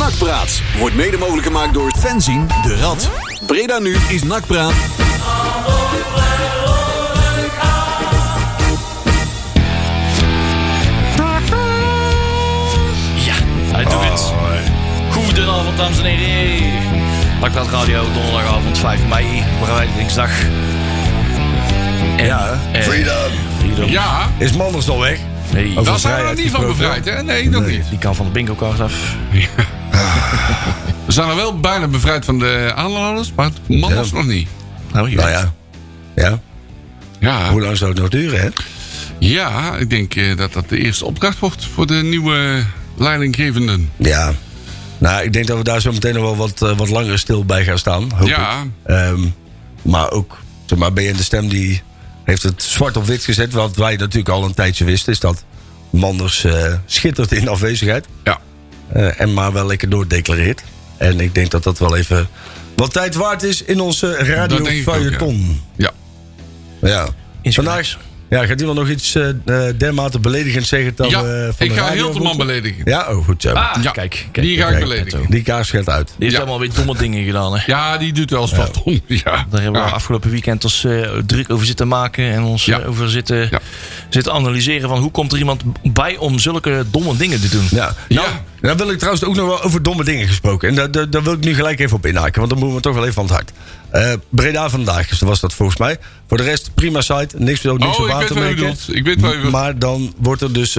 Nakpraat wordt mede mogelijk gemaakt door Fenzin de Rad. Breda nu is Nakpraat. Ja, hij doet het. Goedenavond, dames en heren. Nakpraat Radio, donderdagavond 5 mei, bevrijdingsdag. Freedom. Ja. Is Manders al weg? Nee, Daar zijn we nog niet van bevrijd, hè? Nee, nog niet. die kan van de bingo-kaart af. Ja. We zijn er wel bijna bevrijd van de aanhouders, maar Manders nog niet. Nou ja. Ja. Hoe lang zou het nog duren, hè? Ja, ik denk dat dat de eerste opdracht wordt voor de nieuwe leidinggevenden. Ja. Nou, ik denk dat we daar zo meteen nog wel wat langer stil bij gaan staan. Hoop Ja. ik. Maar ook, zeg maar, BN De Stem die heeft het zwart op wit gezet. Wat wij natuurlijk al een tijdje wisten, is dat Manders schittert in afwezigheid. Ja. En maar wel lekker doordeclareert. En ik denk dat dat wel even wat tijd waard is in onze radio-feuilleton. Ja. Ja. Vandaag gaat iemand nog iets dermate beledigend zeggen dan Ja, van ik de ga radio Hilterman beledigen. Ja, oh goed zo. Ja. Kijk. Die ga ik beledigen. Die kaars gaat uit. Die heeft allemaal weer domme dingen gedaan, hè? Ja, die doet wel eens wat om. Ja. Daar hebben we afgelopen weekend ons druk over zitten maken. En ons over zitten analyseren van hoe komt er iemand bij om zulke domme dingen te doen. Ja. Nou, daar wil ik trouwens ook nog wel over domme dingen gesproken. En daar wil ik nu gelijk even op inhaken. Want dan moeten we toch wel even van het hart. Breda vandaag, dus was dat volgens mij. Voor de rest prima site. Niks op aan te merken. Ik weet wat je bedoelt. Maar dan wordt er dus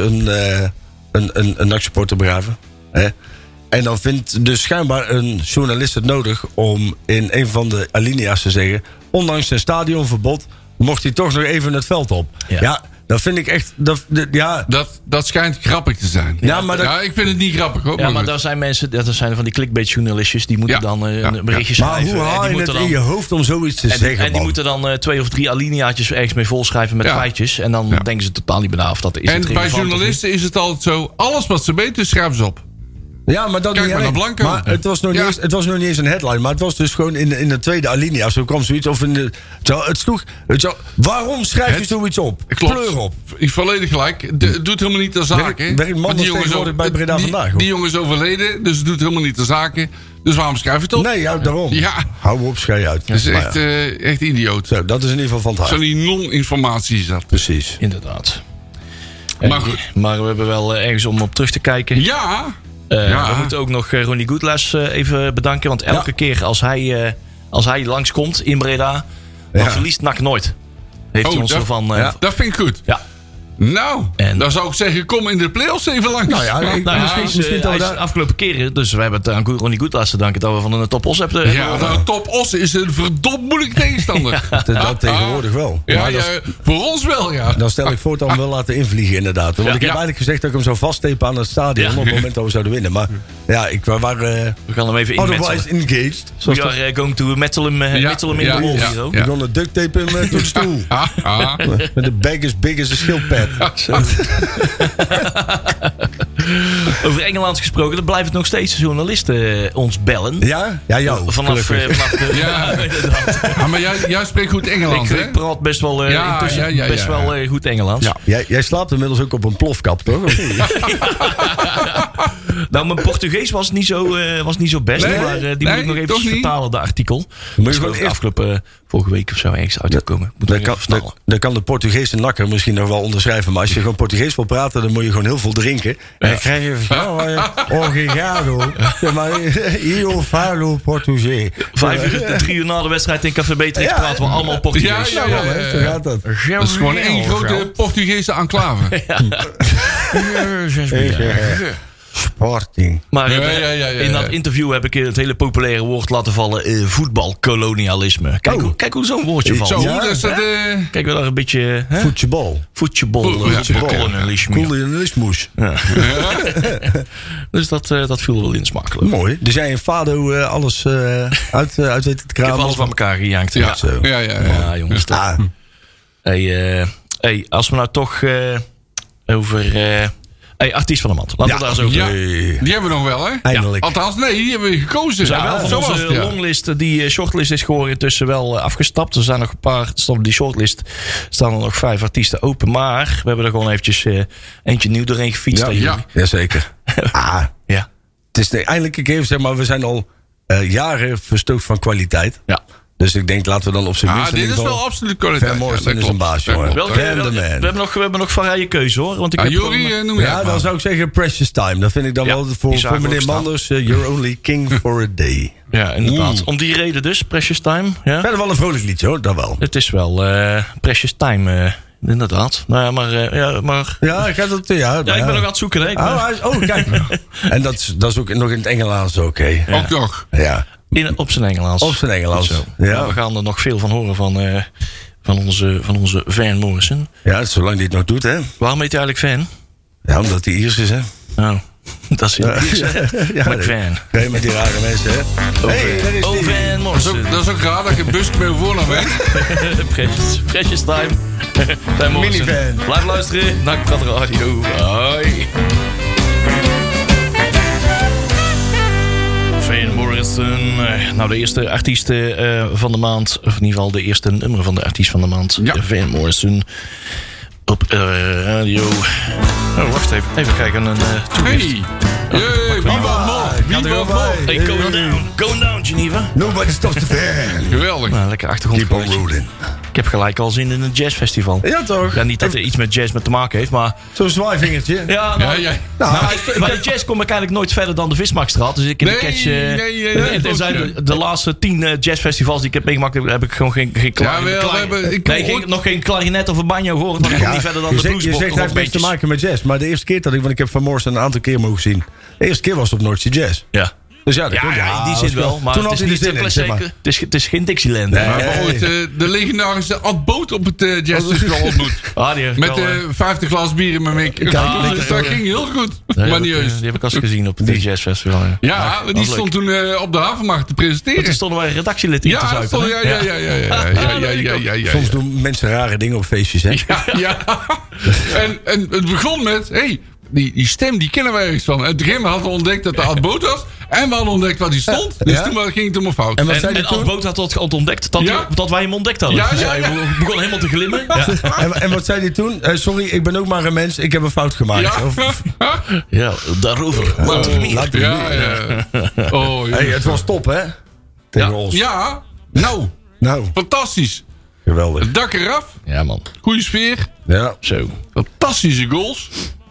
een NAC-supporter begraven. Hè? En dan vindt dus schijnbaar een journalist het nodig om in een van de alinea's te zeggen, ondanks zijn stadionverbod mocht hij toch nog even het veld op. Ja, dat vind ik echt. Dat schijnt grappig te zijn. Ja, ik vind het niet grappig hoor. Ja, maar daar zijn mensen, dat zijn van die clickbait-journalistjes, die moeten dan een berichtje schrijven. Maar hoe haal je het in je hoofd om zoiets te zeggen? En die moeten dan 2 of 3 alineaatjes ergens mee volschrijven met feitjes. En dan denken ze totaal niet meer na of dat is. En bij journalisten is het altijd zo, alles wat ze weten, schrijven ze op. Ja, maar dat Kijk maar naar Blanco. Maar het was nog niet eens een headline. Maar het was dus gewoon in de tweede alinea. Zo kwam zoiets. Of het sloeg. Waarom schrijf je zoiets op? Klopt. Kleur op. Ik volledig gelijk. Het doet helemaal niet ter zake. Werkt Manders tegenwoordig bij Breda vandaag? Die jongen is overleden, dus het doet helemaal niet ter zake. Dus waarom schrijf je het op? Nee, daarom. Ja. Hou op, schei uit. Dat is echt idioot. Zo, dat is in ieder geval van het hart. Zo die non-informatie is dat. Precies. Inderdaad. Maar we hebben wel ergens om op terug te kijken. Ja. We moeten ook nog Ronnie Goodlass even bedanken. Want elke keer als hij langskomt in Breda, dan verliest NAC nooit. Heeft hij ons ervan... dat vind ik goed. Ja. Nou, dan zou ik zeggen, kom in de play-offs even langs. Misschien afgelopen keren, dus we hebben het aan Ronnie Goodlass te danken dat we van een Top Os hebben. Top Os is een verdomd moeilijke tegenstander. Dat tegenwoordig wel. Ja, voor ons wel, ja. Dan stel ik voor dat we hem wel laten invliegen, inderdaad. Want ik heb eigenlijk gezegd dat ik hem zou vasttepen aan het stadion op het moment dat we zouden winnen. Maar we gaan hem even otherwise engaged. We are going to metal hem in de wol. We gaan de duct tape hem door de stoel. Met de bag as big as a schildpad. Over Engeland gesproken, dan blijft het nog steeds journalisten ons bellen. Ja? Ja, jou. Vanaf de... Ja, maar jij spreekt goed Engeland, hè? Ik praat best wel wel goed Engelands. Ja. Jij slaapt inmiddels ook op een plofkap, toch? Nou, mijn Portugees was niet zo best. Maar die moet ik nog even vertalen, de artikel. Dat is gewoon afgelopen vorige week of zo ergens uitgekomen. Dan kan de Portugese nakker misschien nog wel onderschrijven. Maar als je gewoon Portugees wil praten, dan moet je gewoon heel veel drinken. En dan krijg je obrigado. Maar io falo Portugees. 3 uur na de wedstrijd in Café Beatrix praten we allemaal Portugees. Zo gaat dat. Dat is gewoon één grote Portugese enclave. Sporting. Maar in dat interview heb ik het hele populaire woord laten vallen: voetbalkolonialisme. Kijk hoe zo'n woordje valt. Kijk, we daar een beetje... Voetbalkolonialisme. Ja. Dus dat viel wel insmakelijk. Mooi. Dus jij en Fado alles uit weten te kramen? Ik heb alles bij elkaar gejankt. Ja, jongens. Hey, als we nou toch over... artiest van de maand. Laten we daar zo over. Die hebben we nog wel, hè? Eindelijk. Althans, die hebben we gekozen. We zijn wel van onze longlist, die shortlist is gewoon intussen wel afgestapt. Er zijn nog een paar, op die shortlist staan er nog 5 artiesten open. Maar we hebben er gewoon eventjes eentje nieuw doorheen gefietst. Jazeker. Ja. Het is eindelijk een keer, zeg maar, we zijn al jaren verstoofd van kwaliteit. Ja. Dus ik denk, laten we dan op zijn minst... dit is wel absoluut kwaliteit. Van Morrison is een baas, jongen. We hebben nog vrije keuze, hoor. Want ik heb Jorie, noem je Ja, dan zou ik zeggen Precious Time. Dat vind ik dan wel voor meneer Manders. You're only king for a day. Ja, inderdaad. Om die reden dus, Precious Time. Ja. Verder wel een vrolijk liedje, hoor. Dat wel. Het is wel Precious Time, inderdaad. Nou ja, maar... Ja, gaat het... Ja, ik ben nog aan het zoeken, hè. Kijk. En dat is ook nog in het Engelaans oké. Ja. Ook nog. Ja. Op zijn Engels. Op zijn Engels. Zo. Ja. Nou, we gaan er nog veel van horen van onze Van Morrison. Ja, zolang hij het nog doet, hè. Waarom heet hij eigenlijk Van? Ja, omdat hij Iers is, hè. Oh, dat is Iers, hè. McVan. Nee, met die rare mensen, hè. Van Morrison. Dat is ook raar dat je Busk met voornaam weet. Precious Time. Van Morrison. Minivan. Blijf luisteren naar Kwad Radio. Hoi. Van Morrison. Nou, de eerste artiest van de maand. Of in ieder geval de eerste nummer van de artiest van de maand. Ja. Van Morrison. Op radio. Oh, wacht even. Even kijken naar een toelicht. Hey, wie wat nog? Wie wat nog? Hey, going down, Geneva. Nobody stops the fan. Geweldig. Nou, lekker Keep on achtergrond. rolling. Ik heb gelijk al zin in een jazzfestival. Ja, toch? Ja, niet dat er iets met jazz te maken heeft, maar... Zo'n zwaaivingertje. Ja, nou, Ja. bij de jazz kom ik eigenlijk nooit verder dan de Vismarktstraat. Dus ik in de catch... Nee, er zijn de laatste 10 jazzfestivals die ik heb meegemaakt, heb ik gewoon geen nog geen klarinet of een banjo gehoord. Want ik kom niet verder dan de je bluesbox. zegt hij heeft niks te maken met jazz. Maar de eerste keer dat ik heb Van Morrison een aantal keer mogen zien. De eerste keer was het op Noordse Jazz. Ja. Dus ja, dat komt. Ja, die zit wel. Maar toen het had is hij de niet zin in, zeg maar. Het is geen Dixieland. We hè? hebben ooit de legendarische Ad Boot op het jazzfestival ontmoet. Met 50 glas bier in mijn mik. Dus dat ging heel goed. Maar niet eens. Die heb ik als gezien op het jazzfestival. Ja, die stond toen op de havenmarkt te presenteren. Toen stonden wij redactielid in te zuipen. Ja. Soms doen mensen rare dingen op feestjes, hè? Ja. En het begon met... Hey, die stem, die kennen wij ergens van. Het begin hadden we ontdekt dat de Ad Boot was. En we hadden ontdekt wat hij stond. Dus toen ging het helemaal fout. En Ad Boot had ontdekt dat wij hem ontdekt hadden. Ja. Dus hij begon helemaal te glimmen. Ja. En wat zei hij toen? Sorry, ik ben ook maar een mens. Ik heb een fout gemaakt. Ja, daarover. Later meer. Hey, het was top, hè? Tegen ons. Ja, nou, fantastisch. Geweldig. Het dak eraf. Ja, man. Goeie sfeer. Ja. Zo. Fantastische goals.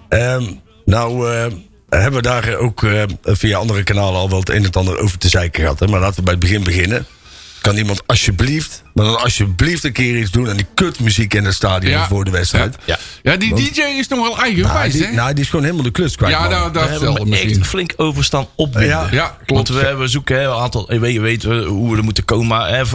Hebben we daar ook via andere kanalen al wel het een en het ander over te zeiken gehad. Hè? Maar laten we bij het begin beginnen. Kan iemand alsjeblieft een keer iets doen aan die kutmuziek in het stadion voor de wedstrijd? Ja, die DJ is nog wel eigenwijs, hè? Die is gewoon helemaal de klus kwijt. Ja, daar we hebben echt flink over staan opwinden. Ja, klopt. Want we zoeken een aantal... Je weet hoe we er moeten komen. Maar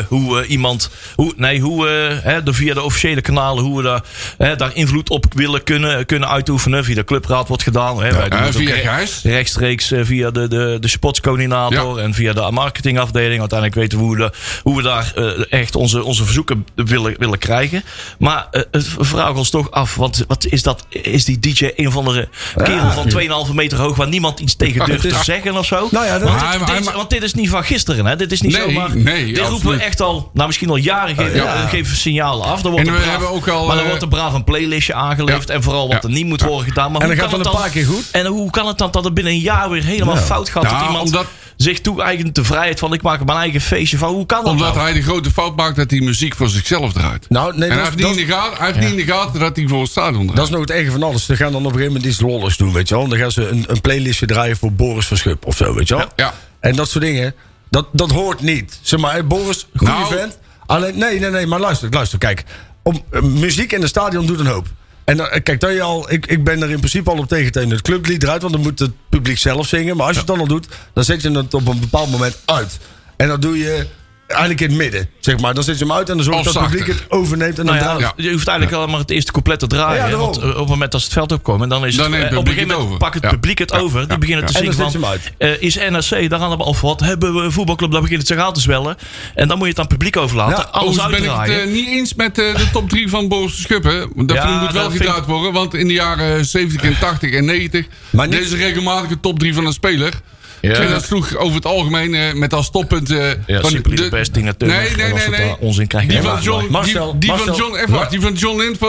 via de officiële kanalen... hoe we daar invloed op willen kunnen uitoefenen. Via de clubraad wordt gedaan. Via Gijs. Rechtstreeks via de sportscoördinator. En via de marketingafdeling. Uiteindelijk weten we hoe we daar echt onze verzoeken willen krijgen. Maar vraag ons toch af, want wat is dat? Is die DJ een of andere kerel van 2,5 meter hoog waar niemand iets tegen durft te zeggen of zo? Nou ja, want dit is niet van gisteren, hè? Dit is niet zomaar. Dit roepen we echt al, misschien al jaren geven signalen af. Dan wordt er braaf een playlistje aangeleverd en vooral wat er niet moet worden gedaan. Maar en dan gaat het een paar keer goed. En hoe kan het dan dat het binnen een jaar weer helemaal fout gaat? Dat iemand zich toe-eigent de vrijheid van ik maak mijn eigen feestje van. Hoe kan dat Omdat hij de grote fout maakt dat hij muziek voor zichzelf draait. Hij heeft niet in de gaten dat hij voor het stadion draait. Dat is nog het erge van alles. Ze gaan dan op een gegeven moment iets lolligs doen, weet je wel. Dan gaan ze een playlistje draaien voor Boris Verschup of zo, weet je wel. Ja. En dat soort dingen, dat hoort niet. Zeg maar, Boris, goede vent. Alleen, nee, maar luister, kijk. Muziek in het stadion doet een hoop. En dan, kijk, ik ben er in principe al op tegen het clublied eruit, want dan moet het publiek zelf zingen. Maar als je het dan al doet, dan zet je het op een bepaald moment uit. En dat doe je eigenlijk in het midden, zeg maar. Dan zet je hem uit en dan zorg je dat het publiek het overneemt. En dan je hoeft eigenlijk al maar het eerste couplet te draaien. Ja, want op het moment dat ze het veld opkomen, dan is het, op een gegeven moment pakt het publiek het over. Die beginnen te zingen van, is NRC, daar aan of wat, hebben we een voetbalclub, daar begint het zich aan te zwellen. En dan moet je het aan het publiek overlaten. Alles uitdraaien. Ben ik het niet eens met de top 3 van Boris Verschup. Dat moet wel gedraaid worden, want in de jaren 70 en 80 en 90 deze regelmatige top 3 van een speler. Ja. En dat sloeg over het algemeen met als toppunt... Simply the best, Tina Turner. Nee. Onzin krijg je die van John Linford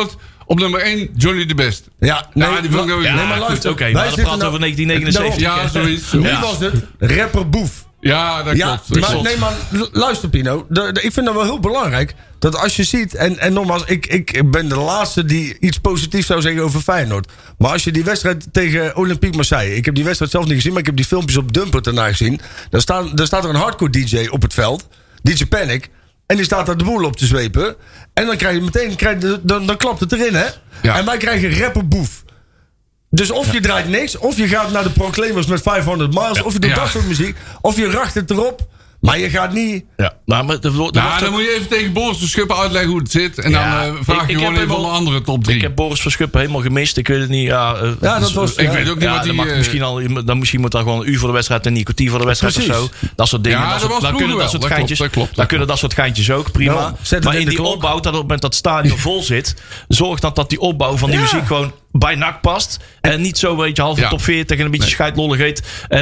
Op nummer 1, Johnny de Best. Ja, die vond ik ook nee, maar luister, oké, maar dan praten we over 1979. Ja, zoiets. Wie was het? Rapper Boef. Ja, dat klopt. Nee, maar luister Pino. Ik vind dat wel heel belangrijk. Dat als je ziet, en nogmaals, ik ben de laatste die iets positiefs zou zeggen over Feyenoord. Maar als je die wedstrijd tegen Olympique Marseille. Ik heb die wedstrijd zelf niet gezien, maar ik heb die filmpjes op Dumper daarna gezien. Daar staat er een hardcore DJ op het veld. DJ Panic. En die staat daar de boel op te zwepen. En dan krijg je meteen, dan klapt het erin, hè? Ja. En wij krijgen rapper Boef. Dus of je draait niks, of je gaat naar de Proclaimers met 500 miles, of je doet dat soort muziek, of je racht het erop. Maar je gaat niet... Ja, maar dan moet je even tegen Boris Verschuppen uitleggen hoe het zit. En dan vraag je gewoon even om de andere top 3. Ik heb Boris Verschuppen helemaal gemist. Ik weet het niet. Ik weet ook niet wat hij... Misschien moet dan gewoon een uur voor de wedstrijd en niet een kwartier voor de wedstrijd of zo. Dat soort dingen. Dan kunnen dat soort geintjes. Dan kunnen dat soort geintjes ook, prima. Maar in die opbouw, dat op het moment dat het stadion vol zit, zorg dat die opbouw van die muziek gewoon bij NAC past. En niet zo, weet je, halve top 40 en een beetje scheidlolligheid.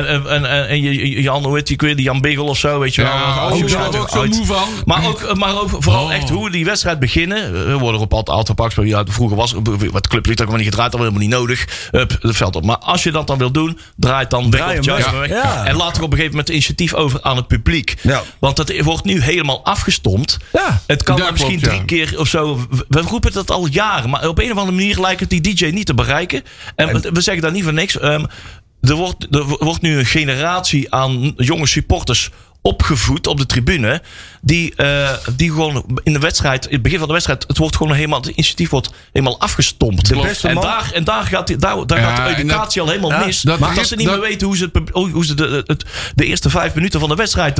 En Jan, hoe heet die Jan Biggel of zo, weet je wel. Ja, ook zo moe van. Maar ook vooral echt hoe die wedstrijd beginnen. We worden op altijd gepakt. Vroeger was wat club liet ook maar niet gedraaid. Dat was helemaal niet nodig. Het veld op. Maar als je dat dan wil doen, draait dan weg. En laat er op een gegeven moment initiatief over aan het publiek. Ja. Want het wordt nu helemaal afgestompt. Ja. Het kan misschien 3 keer of zo. We roepen dat al jaren. Maar op een of andere manier lijkt het die DJ niet te bereiken. En we zeggen daar niet voor niks. Er wordt nu een generatie aan jonge supporters opgevoed op de tribune. Die gewoon in de wedstrijd, in het begin van de wedstrijd, het initiatief wordt helemaal afgestompt. En daar gaat de educatie al helemaal mis. Dat ze niet meer weten hoe ze de eerste 5 minuten van de wedstrijd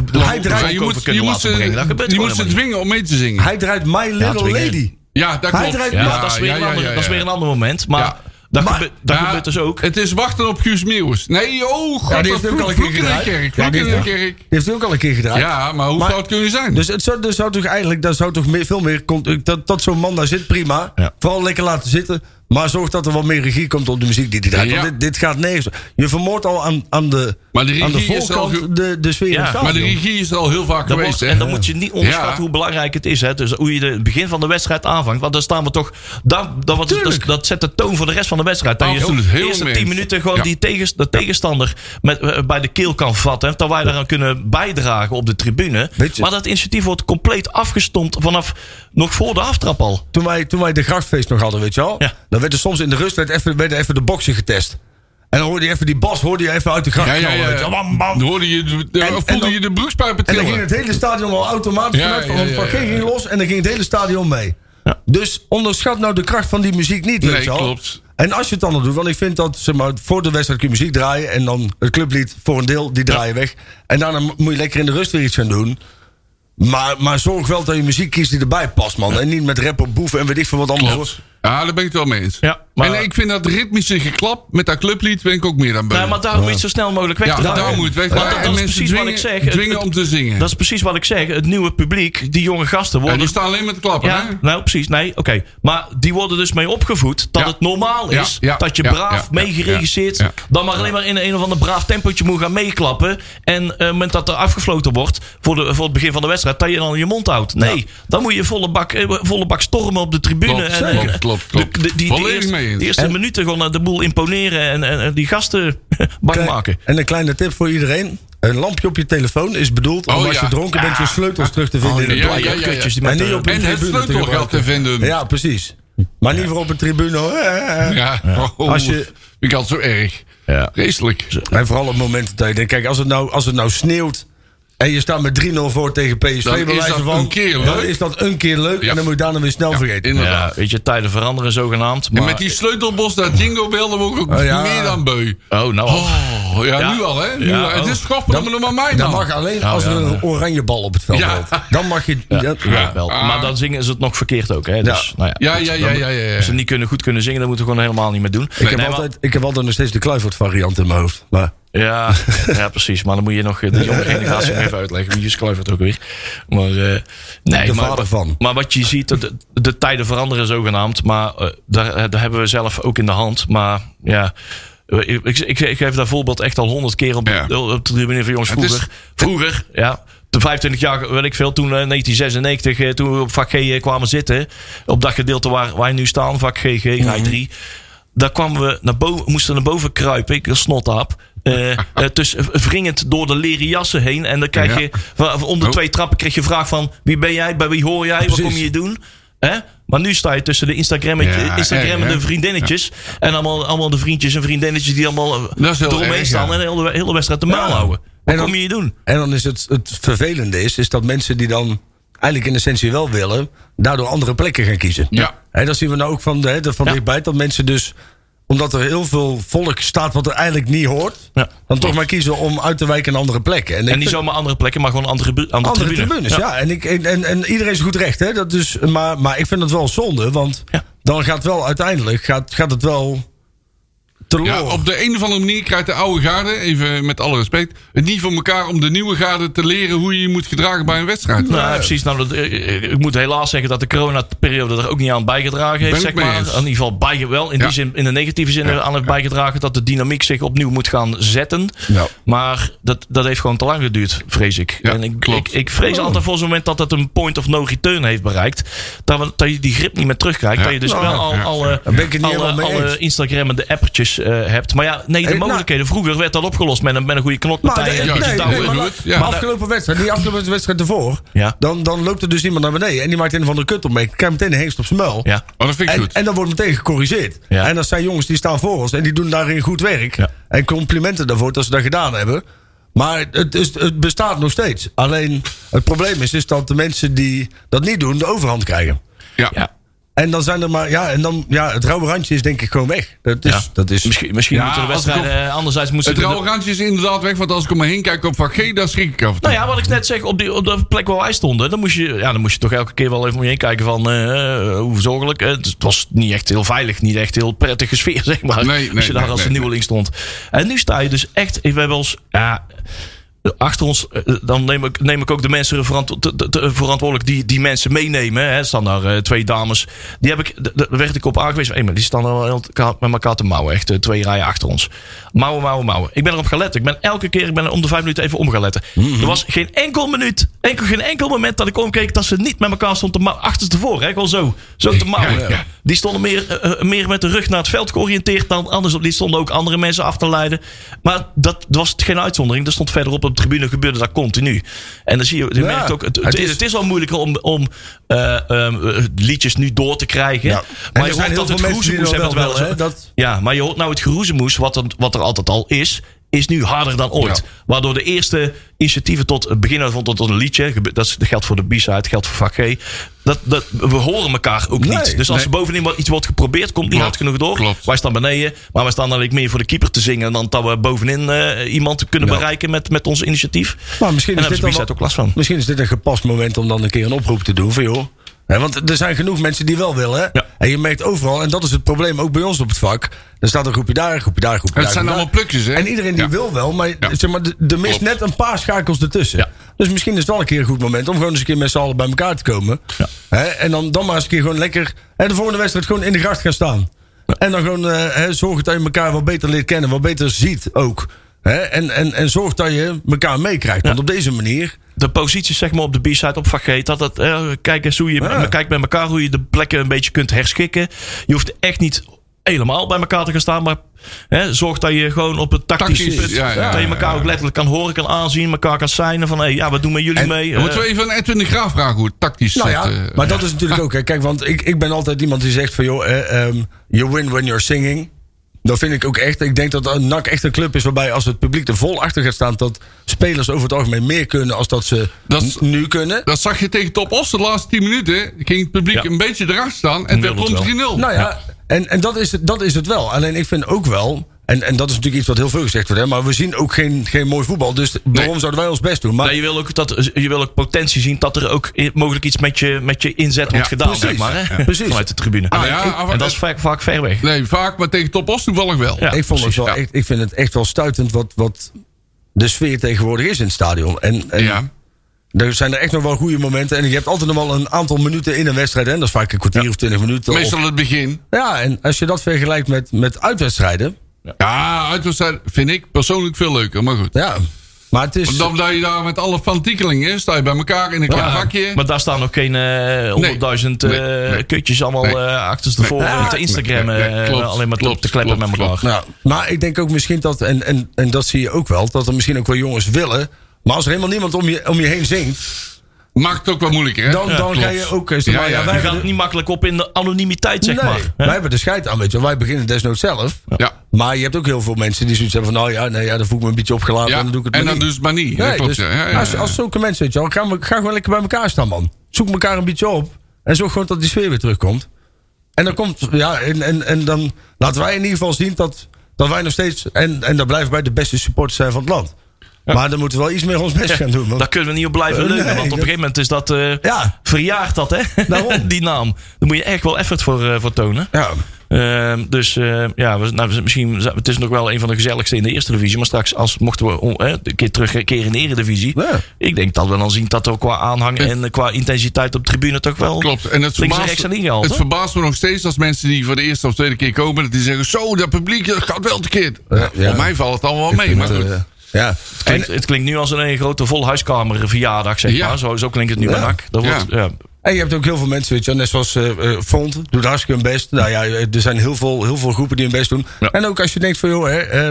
je moet ze dwingen om mee te zingen. Hij draait My Little Lady. Ja, dat klopt. Dat is weer een ander moment. Maar dat gebeurt dus ook. Het is wachten op Guus Meeuwis. Nee, god, die heeft ook al een keer gedraaid. Die heeft ook al een keer gedraaid. Ja, maar hoe zou het kunnen zijn? Dus het zou toch eigenlijk, dat zou toch veel meer... Dat zo'n man daar zit, prima. Ja. Vooral lekker laten zitten. Maar zorg dat er wat meer regie komt op de muziek die hij draait. Ja. Want dit gaat nergens. Je vermoordt al aan de voorkant de sfeer in het stadion. Maar de regie is er al heel vaak geweest. En dan moet je niet onderschatten hoe belangrijk het is. Hè. Dus hoe je het begin van de wedstrijd aanvangt. Want dan staan we toch... Dat zet de toon voor de rest van de wedstrijd. Dat je de eerste 10 minuten gewoon de tegenstander bij de keel kan vatten. Dat wij daaraan kunnen bijdragen op de tribune. Maar dat initiatief wordt compleet afgestompt vanaf nog voor de aftrap al. Toen wij de grachtfeest nog hadden, weet je al. Ja. Dan werd er soms in de rust werden even de boksen getest. En dan hoorde je even die bas even uit de gracht knallen. Bam, bam. Dan voelde je de broekspijpen trillen. En dan ging het hele stadion al automatisch vanuit. Want het parket ging los en dan ging het hele stadion mee. Ja. Dus onderschat nou de kracht van die muziek niet. Nee, klopt. En als je het dan nog doet, want ik vind dat voor de wedstrijd kun je muziek draaien. En dan het clublied voor een deel, die draaien weg. En daarna moet je lekker in de rust weer iets gaan doen. Maar zorg wel dat je muziek kiest die erbij past, man. Ja. En niet met rapper, boeven en weet ik veel wat anders. Ja, daar ben ik het wel mee eens. Ja, en ik vind dat ritmische geklap met dat clublied ben ik ook meer dan beu. Nee, maar daarom moet je zo snel mogelijk weg. Daar moet het weg. Dat is precies wat ik zeg. Dwingen om te zingen. Dat is precies wat ik zeg. Het nieuwe publiek, die jonge gasten worden... die staan alleen met klappen, hè? Nou, precies. Nee, oké. Maar die worden dus mee opgevoed dat het normaal is dat je braaf meegeregisseerd... dan maar alleen maar in een of ander braaf tempootje moet gaan meeklappen. En op het moment dat er afgefloten wordt voor het begin van de wedstrijd... dat je dan je mond houdt. Nee, dan moet je volle bak stormen op de tribune. Klopt. De eerste minuten gewoon de boel imponeren en die gasten bang maken. En een kleine tip voor iedereen. Een lampje op je telefoon is bedoeld om als je dronken bent je sleutels terug te vinden in de play. En niet op een sleutelgeld te vinden. Ja, precies. Maar niet voor op een tribune. Ik had zo erg. Vreselijk. En vooral op momenten dat je denkt, kijk, als het nou sneeuwt en je staat met 3-0 voor tegen PSV, dan is dat een keer leuk. Ja. En dan moet je daarna weer snel vergeten. Ja, weet je, tijden veranderen zogenaamd. Maar... En met die sleutelbos dat Jingo belde we ook meer dan beu. Oh, nou al. Nu al, hè? Het is grappig, maar nog maar mij dan. Dat mag alleen als er een oranje bal op het veld rolt. Dan mag je... wel. Maar dan zingen ze het nog verkeerd ook, hè? Dus, als ze niet goed kunnen zingen, dan moeten we gewoon helemaal niet meer doen. Ik heb altijd nog steeds de Kluivert variant in mijn hoofd. Maar... Ja, precies. Maar dan moet je nog de jonge generatie even uitleggen. Wie is Kluivert ook weer? Maar wat je ziet, de tijden veranderen zogenaamd. Maar daar hebben we zelf ook in de hand. Maar ja... Ik geef dat voorbeeld echt al 100 keer op de tribune van jongens vroeger. de 25 jaar, weet ik veel, toen 1996, toen we op vak G kwamen zitten. Op dat gedeelte waar wij nu staan, vak GG, rij 3. Daar kwamen we moesten naar boven kruipen. Ik als snotaap. Wringend door de leren jassen heen. En dan krijg je, om de 2 trappen kreeg je vraag van, wie ben jij, bij wie hoor jij, wat kom je hier doen? Maar nu sta je tussen de Instagrammende vriendinnetjes. En allemaal de vriendjes en vriendinnetjes die allemaal eromheen staan. En de hele wedstrijd de maal houden. Wat kom je hier doen? En dan is het vervelende is dat mensen die dan eigenlijk in essentie wel willen, daardoor andere plekken gaan kiezen. Ja. Dat zien we nou ook van dichtbij. Dat mensen dus, omdat er heel veel volk staat wat er eigenlijk niet hoort, dan toch maar kiezen om uit te wijken naar andere plekken. En niet zomaar andere plekken, maar gewoon andere tribunes. Ja. En iedereen is goed recht. Hè? Dat is, maar ik vind het wel zonde, want dan gaat wel uiteindelijk gaat het wel teloor. Ja, op de een of andere manier krijgt de oude garde, even met alle respect, het niet voor elkaar om de nieuwe garde te leren hoe je je moet gedragen bij een wedstrijd. Nou, precies. Nou, ik moet helaas zeggen dat de coronaperiode er ook niet aan bijgedragen heeft. Zeg maar. In ieder geval wel. In die zin, in de negatieve zin aan heeft bijgedragen dat de dynamiek zich opnieuw moet gaan zetten. Ja. Maar dat heeft gewoon te lang geduurd, vrees ik. Ja, en ik vrees altijd voor zo'n moment dat het een point of no return heeft bereikt. Dat je die grip niet meer terugkrijgt. Dat je dus wel alle Instagram de appertjes hebt. Maar ja, de mogelijkheden. Vroeger werd dat opgelost met een goede knokpartij. Maar afgelopen wedstrijd ervoor, dan loopt er dus iemand naar beneden en die maakt een of andere kut op mee. Ik krijg meteen een hengst op zijn muil. Ja. Oh, dat vind ik goed. En dan wordt meteen gecorrigeerd. Ja. En dat zijn jongens die staan voor ons en die doen daarin goed werk. Ja. En complimenten daarvoor dat ze dat gedaan hebben. Maar het bestaat nog steeds. Alleen het probleem is dat de mensen die dat niet doen, de overhand krijgen. Ja. En dan zijn er maar, het rauwe randje is denk ik gewoon weg. Dat is misschien moeten de wedstrijden anderzijds moeten. Het rauwe randje is inderdaad weg, want als ik om me heen kijk op vak G, dan schrik ik af. Nou ja, wat ik net zeg, op de plek waar wij stonden, dan moest je toch elke keer wel even om je heen kijken van hoe zorgelijk. Het was niet echt heel veilig, niet echt heel prettige sfeer, zeg maar. Als je daar als een nieuweling stond. En nu sta je dus echt, we hebben ons, achter ons, dan neem ik ook de mensen verantwoordelijk die mensen meenemen. Er staan daar 2 dames. Daar werd ik op aangewezen. Maar die staan er met elkaar te mouwen. Echt 2 rijen achter ons. Mouwen. Ik ben erop gaan letten. Ik ben om de 5 minuten even om gaan letten. Mm-hmm. Er was geen enkel moment dat ik omkeek dat ze niet met elkaar stonden te mouwen. Achterstevoren, gewoon zo te mouwen. Ja. Die stonden meer met de rug naar het veld georiënteerd dan anders. Die stonden ook andere mensen af te leiden. Maar dat was geen uitzondering. Er stond verderop op de tribune gebeurde dat continu. En dan zie je merkt ook, het is wel moeilijker om liedjes nu door te krijgen. Ja. Maar je hoort dat het geroezemoes maar je hoort nou het geroezemoes wat er altijd al is nu harder dan ooit. Ja. Waardoor de eerste initiatieven tot het begin van tot een liedje, dat geldt voor de B-side, geldt voor vak G, we horen elkaar ook niet. Dus als er bovenin wat iets wordt geprobeerd, komt niet hard genoeg door. Klopt. Wij staan beneden, maar wij staan eigenlijk meer voor de keeper te zingen dan dat we bovenin iemand kunnen bereiken met ons initiatief. Maar misschien is dit ook last van. Misschien is dit een gepast moment om dan een keer een oproep te doen van joh. Ja, want er zijn genoeg mensen die wel willen. Hè? Ja. En je merkt overal, en dat is het probleem ook bij ons op het vak. Er staat een groepje daar, een groepje daar. Het zijn allemaal plukjes, hè? En iedereen die wil wel, maar, zeg maar er mist net een paar schakels ertussen. Ja. Dus misschien is het wel een keer een goed moment om gewoon eens een keer met z'n allen bij elkaar te komen. Ja. En dan maar eens een keer gewoon lekker de volgende wedstrijd gewoon in de gracht gaan staan. Ja. En dan gewoon zorgen dat je elkaar wat beter leert kennen, wat beter ziet ook. En zorg dat je elkaar meekrijgt. Want op deze manier. De posities zeg maar op de B-side op vak G. Kijk eens hoe je kijkt bij elkaar. Hoe je de plekken een beetje kunt herschikken. Je hoeft echt niet helemaal bij elkaar te gaan staan. Maar zorg dat je gewoon op het tactisch punt. Dat je elkaar ook letterlijk kan horen, kan aanzien. Elkaar kan signen van wat doen met jullie mee? Moeten we even aan Edwin de Graaf vragen hoe het tactisch zit. Maar dat is natuurlijk ook. Kijk, want ik ben altijd iemand die zegt van joh, you win when you're singing. Dat vind ik ook echt. Ik denk dat NAC echt een club is waarbij als het publiek er vol achter gaat staan, dat spelers over het algemeen meer kunnen als dat ze nu kunnen. Dat zag je tegen Top Os de laatste 10 minuten. Ging het publiek een beetje erachter staan en het werd rond 3-0. Nou ja, en dat is het wel. Alleen ik vind ook wel. En dat is natuurlijk iets wat heel veel gezegd wordt. Hè? Maar we zien ook geen mooi voetbal. Dus waarom zouden wij ons best doen? Maar je wil ook potentie zien dat er ook mogelijk iets met je inzet wordt gedaan. Precies. Zeg maar, hè? Precies. Vanuit de tribune. En dat is vaak ver weg. Nee, vaak. Maar tegen Top Os toevallig wel. Ja, ik vind het echt wel stuitend wat de sfeer tegenwoordig is in het stadion. En er zijn er echt nog wel goede momenten. En je hebt altijd nog wel een aantal minuten in een wedstrijd. En dat is vaak een kwartier of 20 minuten. Meestal het begin. Ja, en als je dat vergelijkt met uitwedstrijden. Ja, uitwedstrijden vind ik persoonlijk veel leuker, maar goed. Ja, Maar het is... Dat je daar met alle fantiekelingen sta je bij elkaar in een klein vakje. Maar daar staan ook geen 100.000 kutjes allemaal achterstevoren te Instagrammen. Alleen maar te kleppen met elkaar. Nou, maar ik denk ook misschien dat, en dat zie je ook wel, dat er misschien ook wel jongens willen. Maar als er helemaal niemand om je heen zingt, maakt het ook wel moeilijker, hè? Dan ga je ook... Je gaat het niet makkelijk op in de anonimiteit, zeg maar. Wij hebben de scheid aan, weet je. Wij beginnen desnoods zelf. Ja. Maar je hebt ook heel veel mensen die zoiets hebben van... dan voel ik me een beetje opgelaten en dan doe ik het en maar dan niet. dus het maar niet. Nee, klopt, dus als zulke mensen, weet je wel, ga gewoon lekker bij elkaar staan, man. Zoek elkaar een beetje op. En zorg gewoon dat die sfeer weer terugkomt. En dan komt... En dan laten wij in ieder geval zien dat wij nog steeds... En dat blijven wij de beste supporters zijn van het land. Ja. Maar dan moeten we wel iets meer ons best gaan doen. Want... Daar kunnen we niet op blijven leunen. Want op een gegeven moment is dat... verjaart dat, hè? Daarom. Die naam. Daar moet je echt wel effort voor tonen. Ja. Misschien... Het is nog wel een van de gezelligste in de eerste divisie. Maar straks mochten we een keer terugkeren in de eredivisie. Ja. Ik denk dat we dan zien dat er qua aanhang en qua intensiteit op de tribune toch wel... Klopt. En het verbaast me nog steeds als mensen die voor de eerste of tweede keer komen... dat die zeggen, zo, dat publiek dat gaat wel tekeer. Voor mij valt het allemaal wel mee. Maar goed. Ja. Het klinkt nu als een grote vol huiskamer verjaardag, zeg maar. Zo klinkt het nu bij NAC. En je hebt ook heel veel mensen, weet je, net zoals Front, doet hartstikke hun best. Nou ja, er zijn heel veel groepen die hun best doen. Ja. En ook als je denkt van, joh,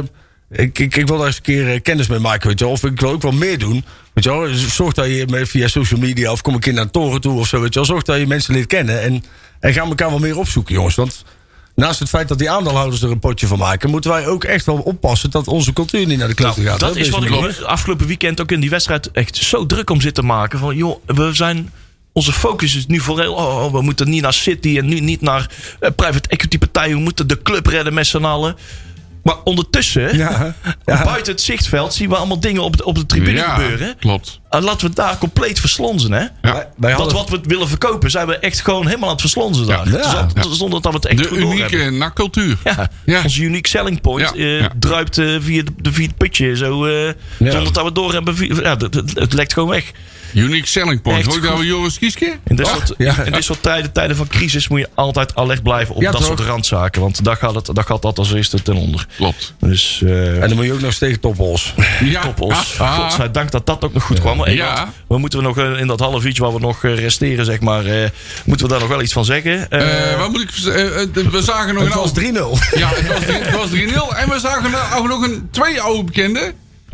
ik wil daar eens een keer kennis mee maken, weet je, of ik wil ook wel meer doen. Weet je wel, zorg dat je via social media of kom een keer naar een toren toe of zo, weet je wel. Zorg dat je mensen leert kennen en ga elkaar wel meer opzoeken, jongens. Want naast het feit dat die aandeelhouders er een potje van maken, moeten wij ook echt wel oppassen dat onze cultuur niet naar de klote gaat. Dat is wat ik afgelopen weekend ook in die wedstrijd echt zo druk om zit te maken. Van joh, onze focus is nu vooral, we moeten niet naar City en nu niet naar private equity partijen. We moeten de club redden met z'n allen. Maar ondertussen, buiten het zichtveld, zien we allemaal dingen op de tribune gebeuren. Klopt. Laten we het daar compleet verslonzen, hè? Ja. Dat wat we willen verkopen, zijn we echt gewoon helemaal aan het verslonzen daar. Zonder dat we het echt goed doorhebben. De unieke NAC-cultuur. Onze unique selling point druipt via het putje. Zonder dat we het doorhebben. Het lekt gewoon weg. Unique selling point. Hoor je nou Joris Kieske? In dit soort tijden van crisis moet je altijd alert blijven op dat soort randzaken. Want daar gaat dat als eerste ten onder. Klopt. Dus, en dan moet je ook nog tegen Toppos. Toppos. Godzijdank dat ook nog goed kwam. We moeten nog in dat half uurtje waar we nog resteren, zeg maar, moeten we daar nog wel iets van zeggen. Wat moet ik... we zagen nog... Het was 3-0. Ja, het was 3-0. En we zagen nog twee oude bekenden.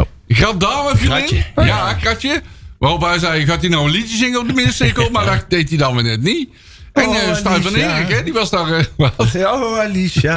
Gradame Kratje. Ja, Kratje. Waarop hij zei, gaat hij nou een liedje zingen op de middencirkel? Maar dat deed hij dan weer net niet. En Stuy van Erik, hè, die was daar... Alicia.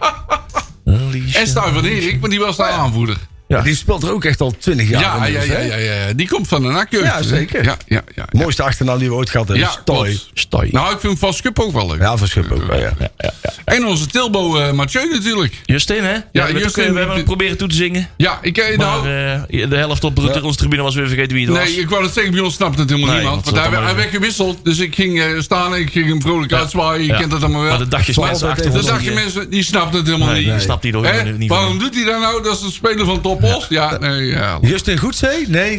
En Stuy van Erik, maar die was daar aanvoerder. Ja. Die speelt er ook echt al 20 jaar. Ja. Die komt van de NAC-jeugd. Ja, zeker. Ja. Mooiste achternaam die we ooit gehad hebben. Stoy. Nou, ik vind Van Schupp ook wel leuk. Ja, Van Schupp ook wel, ja. En onze Tilbo Mathieu natuurlijk. Justin, hè? Ja, Justin. We hebben hem proberen toe te zingen. Ja, de helft op onze tribune was weer vergeten wie het was. Nee, ik wou het zeggen, bij ons snapte het helemaal niemand. Want hij werd gewisseld, dus ik ging staan en ik ging hem vrolijk uitzwaaien. Je kent dat allemaal wel. Maar de dagjes mensen achter. De dagjes mensen, die snapten het helemaal niet. Die snapt hij nog niet. Waarom doet hij dat nou? Dat is een speler van Toppos. Ja, nee. Justin Goedzee? Nee.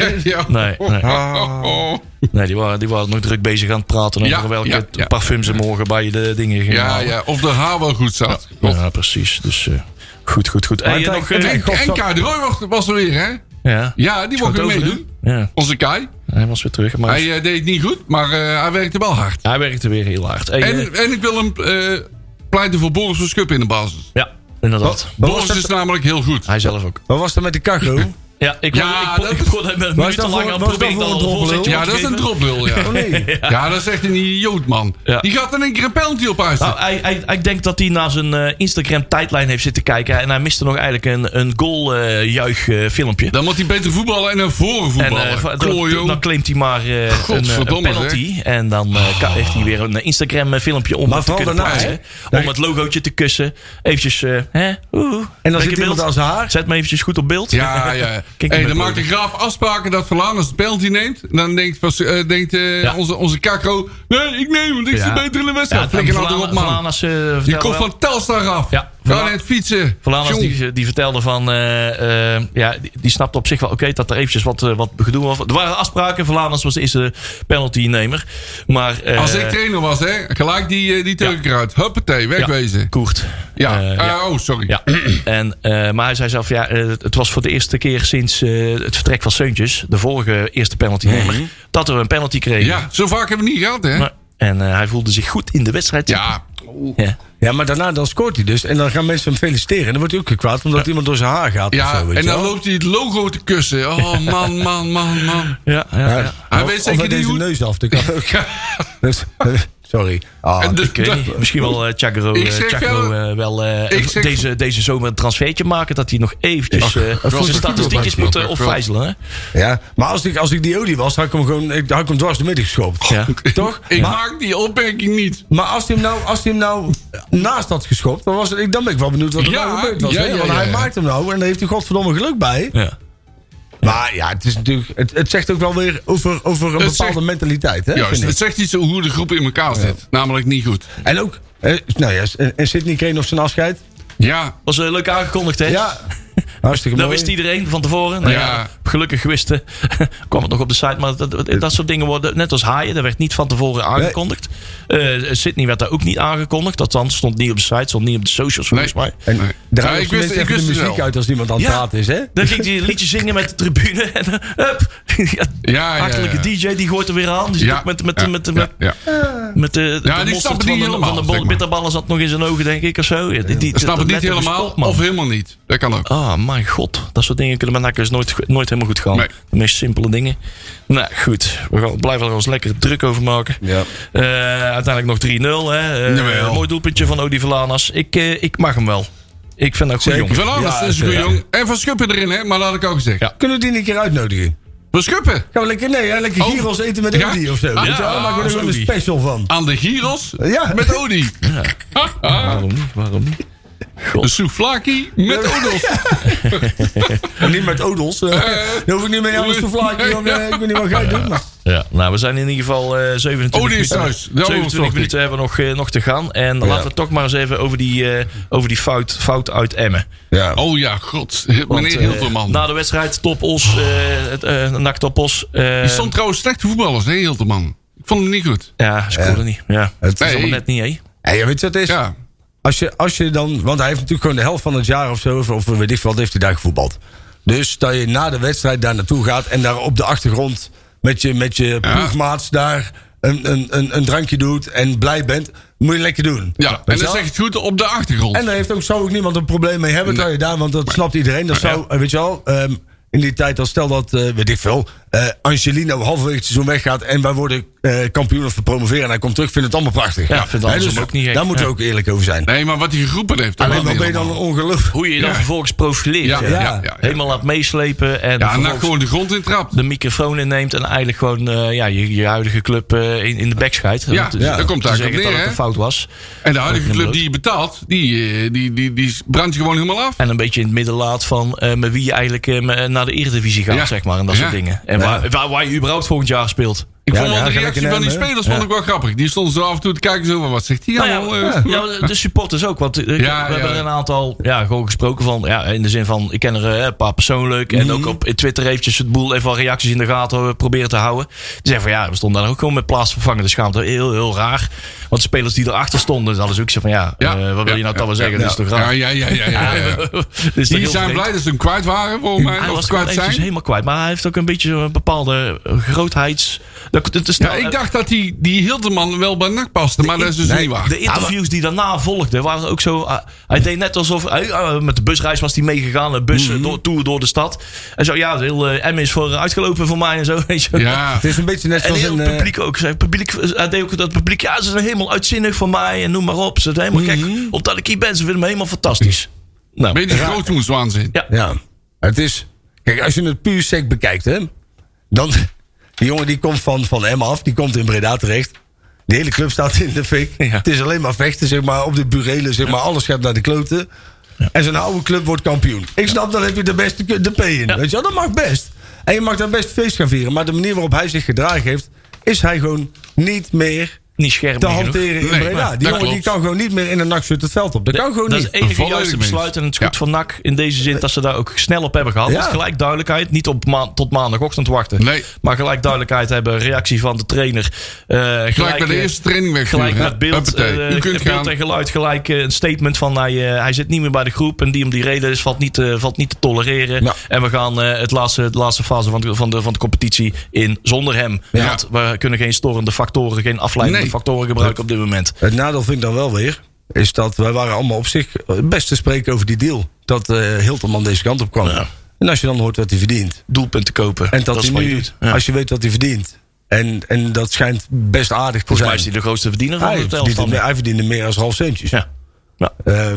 Nee, die waren nog druk bezig aan het praten over welke parfum ze morgen bij de dingen gingen halen. Ja, of de haar wel goed zat. Ja, precies. Dus goed. En Kai de Roy was er weer, hè? Ja, die mocht weer meedoen. Ja. Onze Kai. Hij was weer terug. Maar hij deed het niet goed, maar hij werkte wel hard. Hij werkte weer heel hard. En ik wil hem pleiten voor Boris Verschuppen in de basis. Ja, inderdaad. Boris is namelijk heel goed. Hij zelf ook. Wat was er met de Cargo? Ja, ik kon hem een minuut lang aan proberen. Ja, dat is een droplul. Ja. Ja, dat is echt een idioot, man. Ja. Die gaat er een keer een penalty op uit. Nou, ik denk dat hij naar zijn Instagram-tijdlijn heeft zitten kijken. En hij miste nog eigenlijk een goal-juich-filmpje. Dan moet hij beter voetballen en naar voren voetballen. Dan claimt hij maar een penalty. Hè? En dan heeft hij weer een Instagram-filmpje om het te kunnen plaatsen. Om het logootje te kussen. Eventjes, en dan zit iemand als haar. Zet me eventjes goed op beeld. Ja. Dan maakt de Graaf afspraken dat Verlaan als de penalty neemt. Dan denkt onze Kakko... Nee, ik neem hem. Ik zit beter in de wedstrijd. Flikker nou erop, man. Die komt van Telstar af. Ja, Ga net fietsen. Vlaanders die vertelde van... die snapte op zich wel oké dat er eventjes wat gedoe was. Er waren afspraken. Vlaanders was de eerste penaltynemer. Maar, als ik trainer was, hè, gelijk die Turk eruit. Huppatee, wegwezen. Ja, Koert. Sorry. Ja. Maar hij zei zelf, het was voor de eerste keer sinds het vertrek van Seuntjes, de vorige eerste penaltynemer, dat we een penalty kregen. Ja, zo vaak hebben we niet gehad, hè? En hij voelde zich goed in de wedstrijd. Ja, maar daarna dan scoort hij dus. En dan gaan mensen hem feliciteren. En dan wordt hij ook gekwaad omdat iemand door zijn haar gaat. Ja, of zo, en dan loopt hij het logo te kussen. Oh, man. Ja. Hij weet zeker niet hoe... neus af. Dus, sorry. Misschien wel Thiago deze zomer een transfertje maken. Dat hij nog eventjes zijn statistiekjes moet opvijzelen. Hè? Ja, maar als ik die Odi was, had ik hem dwars de midden geschopt. Ja. Toch? Ik maak die opmerking niet. Maar als hij hem nou naast had geschopt, dan ben ik wel benieuwd wat er nou gebeurd was. Want hij maakt hem nou en daar heeft hij godverdomme geluk bij. Ja. Maar ja, het is natuurlijk. Het zegt ook wel weer over een bepaalde mentaliteit. Hè, juist, het zegt iets over hoe de groep in elkaar zit. Namelijk niet goed. En ook, en Sydney kreeg nog zijn afscheid. Ja. Was leuk aangekondigd, hè? Ja. Hartstikke mooi. Dat wist iedereen van tevoren. Gelukkig wisten. Kwam het nog op de site. Maar dat soort dingen worden, net als Haaien, dat werd niet van tevoren aangekondigd. Sydney werd daar ook niet aangekondigd. Dat dan stond niet op de site, stond niet op de socials volgens mij. Daar ik wist de muziek uit als iemand aan het praten is, hè? Dan ging hij een liedje zingen met de tribune. En hartelijke DJ, die gooit er weer aan. Die zit ook met de mosterd van de bitterballen zat nog in zijn ogen, denk ik, of zo. Die snappen het niet helemaal, of helemaal niet. Dat kan ook. Ah, mijn god. Dat soort dingen kunnen met NAC nooit helemaal goed gaan. Nee. De meest simpele dingen. Nou, goed. We blijven er ons lekker druk over maken. Ja. Uiteindelijk nog 3-0. Hè. Mooi doelpuntje van Odi Vlaanders. Ik mag hem wel. Ik vind dat goed jong. Vlaanders is een goed jong. En Van Schuppen erin, hè? Maar dat had ik al gezegd. Ja. Kunnen we die een keer uitnodigen? Van Schuppen? Gaan we lekker gyros eten met Odi of zo? Daar maken we er een special van. Aan de gyros? Ja. Met Odi? Ja. Waarom niet? God. Een souvlaki met odels. En niet met odels. Dan hoef ik niet meer aan een souvlaki. Ik weet niet wat ga je doen. Maar. Ja, nou, we zijn in ieder geval 27 minuten hebben we nog te gaan. En laten we toch maar eens even over die fout uit Emmen. Ja. Oh ja, god. Meneer Hilterman. Na de wedstrijd Topos, NAC Topos. Die stond trouwens slechte voetballers, hè, Hilterman. Ik vond hem niet goed. Ja, scoorde niet. Ja. Het is allemaal net niet, hè? Ja, je weet wat het is? Ja. Als je dan, want hij heeft natuurlijk gewoon de helft van het jaar of zo, of weet ik veel, wat heeft hij daar gevoetbald. Dus dat je na de wedstrijd daar naartoe gaat en daar op de achtergrond met je ploegmaats daar een drankje doet en blij bent, moet je lekker doen. Ja, en dat zegt het goed op de achtergrond. En daar zou ook niemand een probleem mee hebben, dat je daar, want dat snapt iedereen. Dat zou, weet je wel, in die tijd, stel dat, weet ik veel, Angelino halverwege het seizoen weggaat en wij worden kampioen of we promoveren en hij komt terug, vind het allemaal prachtig. Ja, vind het dus ook niet gek. Daar moeten we ook eerlijk over zijn. Nee, maar wat hij geroepen heeft. Alleen maar ben je dan ongelukkig. Hoe je je dan vervolgens profileert. Ja. Helemaal laat meeslepen. En gewoon de grond in trapt. De microfoon inneemt en eigenlijk gewoon je huidige club in de bek scheidt. Ja, dat komt eigenlijk op neer. Dat het een fout was. En de huidige club die je betaalt, die brandt je gewoon helemaal af. En een beetje in het midden laat van met wie je eigenlijk naar de Eredivisie gaat, zeg maar. En dat soort dingen. En waar je überhaupt volgend jaar speelt. Ik vond wel de reactie van die spelers vond ik wel grappig. Die stonden zo af en toe te kijken zo van, wat zegt hij allemaal? De supporters ook. Want we hebben er een aantal gewoon gesproken van. Ja, in de zin van, ik ken er een paar persoonlijk. En ook op Twitter eventjes het boel even reacties in de gaten proberen te houden. Die zeggen van, we stonden daar ook gewoon met plaatsvervangende schaamte. Heel, heel raar. Want de spelers die erachter stonden, hadden ze ook zo van, wat wil je nou toch wel zeggen? Dat is toch raar? Die zijn blij dat ze hem kwijt waren, volgens mij. Hij was kwijt helemaal kwijt. Maar hij heeft ook een beetje een bepaalde grootheids... ik dacht dat die Hilterman wel bij NAC paste, maar dat is dus niet waar. De interviews die daarna volgden waren ook zo... hij deed net alsof... met de busreis was hij meegegaan. Een bus tour door de stad. En zo, het hele M is voor uitgelopen voor mij en zo. Weet je. Ja, het is een beetje net zoals een publiek ook. Hij deed ook dat publiek... Ja, ze zijn helemaal uitzinnig voor mij en noem maar op. Ze zijn helemaal gek omdat ik hier ben. Ze vinden me helemaal fantastisch. Nou, beetje grootmoeswaanzin. Ja. Het is... Kijk, als je het puur sec bekijkt, hè, dan... Die jongen die komt van Emmen af, die komt in Breda terecht. De hele club staat in de fik. Ja. Het is alleen maar vechten, zeg maar, op de burelen, zeg maar, alles gaat naar de kloten. Ja. En zijn oude club wordt kampioen. Ik snap, dan heb je de P in. Ja. Weet je wel, dat mag best. En je mag daar best feest gaan vieren. Maar de manier waarop hij zich gedragen heeft, is hij gewoon niet meer niet scherp te genoeg hanteren in Breda. Die jongen die kan gewoon niet meer in een NAC-shirt het veld op. Dat kan gewoon dat niet. is het enige juiste besluit. En het is goed van NAC in deze zin dat ze daar ook snel op hebben gehad. Ja. Dus gelijk duidelijkheid. Niet op tot maandagochtend wachten. Nee. Maar gelijk duidelijkheid hebben. Reactie van de trainer. Gelijk bij de eerste training wegsturen. Gelijk met beeld, U kunt beeld gaan. en geluid. Gelijk een statement van hij zit niet meer bij de groep. En die om die reden valt niet te tolereren. Ja. En we gaan de laatste fase van de competitie in zonder hem. Ja. Want we kunnen geen storende factoren, geen afleidende factoren gebruiken op dit moment. Het nadeel vind ik dan wel weer, is dat wij waren allemaal op zich best te spreken over die deal. Dat Hilterman deze kant op kwam. Ja. En als je dan hoort wat hij verdient. Doelpunten kopen. En dat is hij wat je nu, doet. Ja. als je weet wat hij verdient. En dat schijnt best aardig te Volgens mij zijn. is hij de grootste verdiener van het elftal. Hij verdiende meer dan half centjes. Ja. Ja.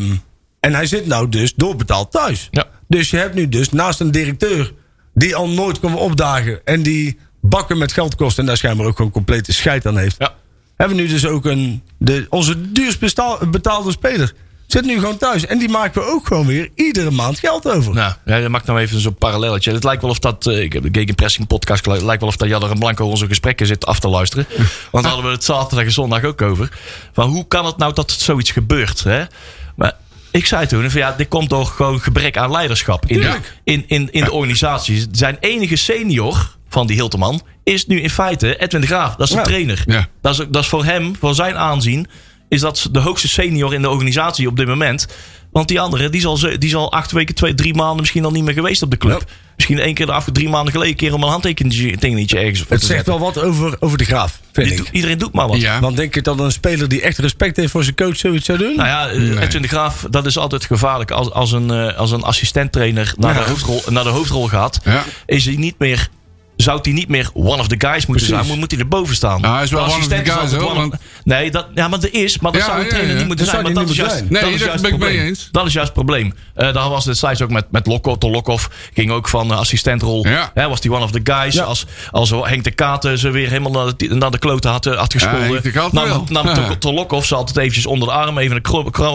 En hij zit nou dus doorbetaald thuis. Ja. Dus je hebt nu dus naast een directeur die al nooit komt opdagen en die bakken met geld kost en daar schijnbaar ook gewoon complete scheid aan heeft. Ja. Hebben we nu dus ook onze duurst betaalde speler. Zit nu gewoon thuis. En die maken we ook gewoon weer iedere maand geld over. Nou, dat maakt nou even zo'n parallelletje. Het lijkt wel of dat... ik heb de Gegenpressing podcast. Het lijkt wel of dat Jadder en Blanco onze gesprekken zit af te luisteren. Want daar hadden we het zaterdag en zondag ook over. Van hoe kan het nou dat het zoiets gebeurt? Hè? Maar ik zei toen, van dit komt door gewoon gebrek aan leiderschap in de organisatie. Zijn enige senior van die Hilterman is nu in feite Edwin de Graaf. Dat is de trainer. Ja. Dat is voor hem, voor zijn aanzien, is dat de hoogste senior in de organisatie op dit moment. Want die andere, die zal 8 weken, 2-3 maanden misschien al niet meer geweest op de club. Ja. Misschien 1 keer 3 maanden geleden een keer om een handtekeningetje ergens voor het te zegt zetten. wel wat over de Graaf, vind ik. Iedereen doet maar wat. Ja. Want denk je dat een speler die echt respect heeft voor zijn coach zoiets zou doen? Nou ja, Edwin de Graaf, dat is altijd gevaarlijk. Als een assistenttrainer naar de hoofdrol gaat, is hij niet meer... Zou hij niet meer one of the guys moeten zijn? Moet hij erboven staan? Nou, hij is wel one of the guys, hoor. Nee, maar er is. Maar dat zou een trainer niet moeten zijn. Maar dat is juist ben ik mee eens. Dat is juist het probleem. Daar was het destijds ook met Lokhoff. Ging ook van assistentrol. Ja. Was die one of the guys. Ja. Als Henk de Katen ze weer helemaal naar de kloten had gescholden. Nam Lokhoff ze altijd eventjes onder de arm. Even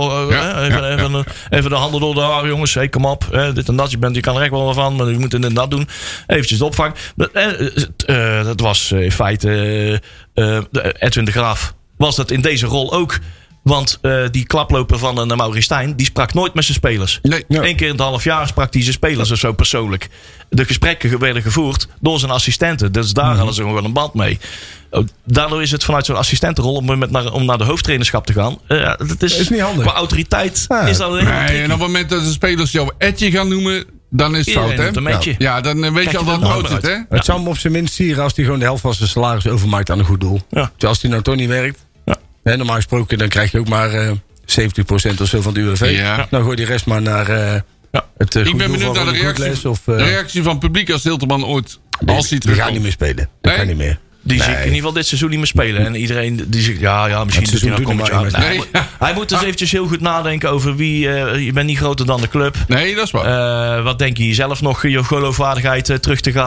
de handen door de haren, jongens. Hey, kom op. Dit en dat. Je kan er echt wel wat van. Maar je moet dit en dat doen. Eventjes de opvang. Dat was in feite Edwin de Graaf. Was dat in deze rol ook. Want die klaploper van Maurice Stijn, die sprak nooit met zijn spelers. Nee. Ja. 1 keer in het half jaar sprak hij zijn spelers of zo persoonlijk. De gesprekken werden gevoerd door zijn assistenten. Dus daar hadden ze gewoon een band mee. Daardoor is het vanuit zo'n assistentenrol om naar de hoofdtrainerschap te gaan. Dat is niet handig. Qua autoriteit is dat een en op het moment dat de spelers jou Edje gaan noemen, dan is het fout, hè? Ja, dan weet je al dat het fout zit, hè? Het zou hem op zijn minst sieren als hij gewoon de helft van zijn salaris overmaakt aan een goed doel. Ja. Dus als hij nou toch niet werkt. Ja. Normaal gesproken dan krijg je ook maar 70% of zo van de UWV. Ja. Dan gooi die rest maar naar het goed Ik ben benieuwd naar de reactie van het publiek als Hilterman ooit... Die gaat niet meer spelen. Dat kan niet meer. Die zie ik in ieder geval dit seizoen niet meer spelen. En iedereen die zegt, misschien doet hij nou komend jaar. Hij moet dus eventjes heel goed nadenken over wie... je bent niet groter dan de club. Nee, dat is waar. Wat denk je zelf nog je geloofwaardigheid terug te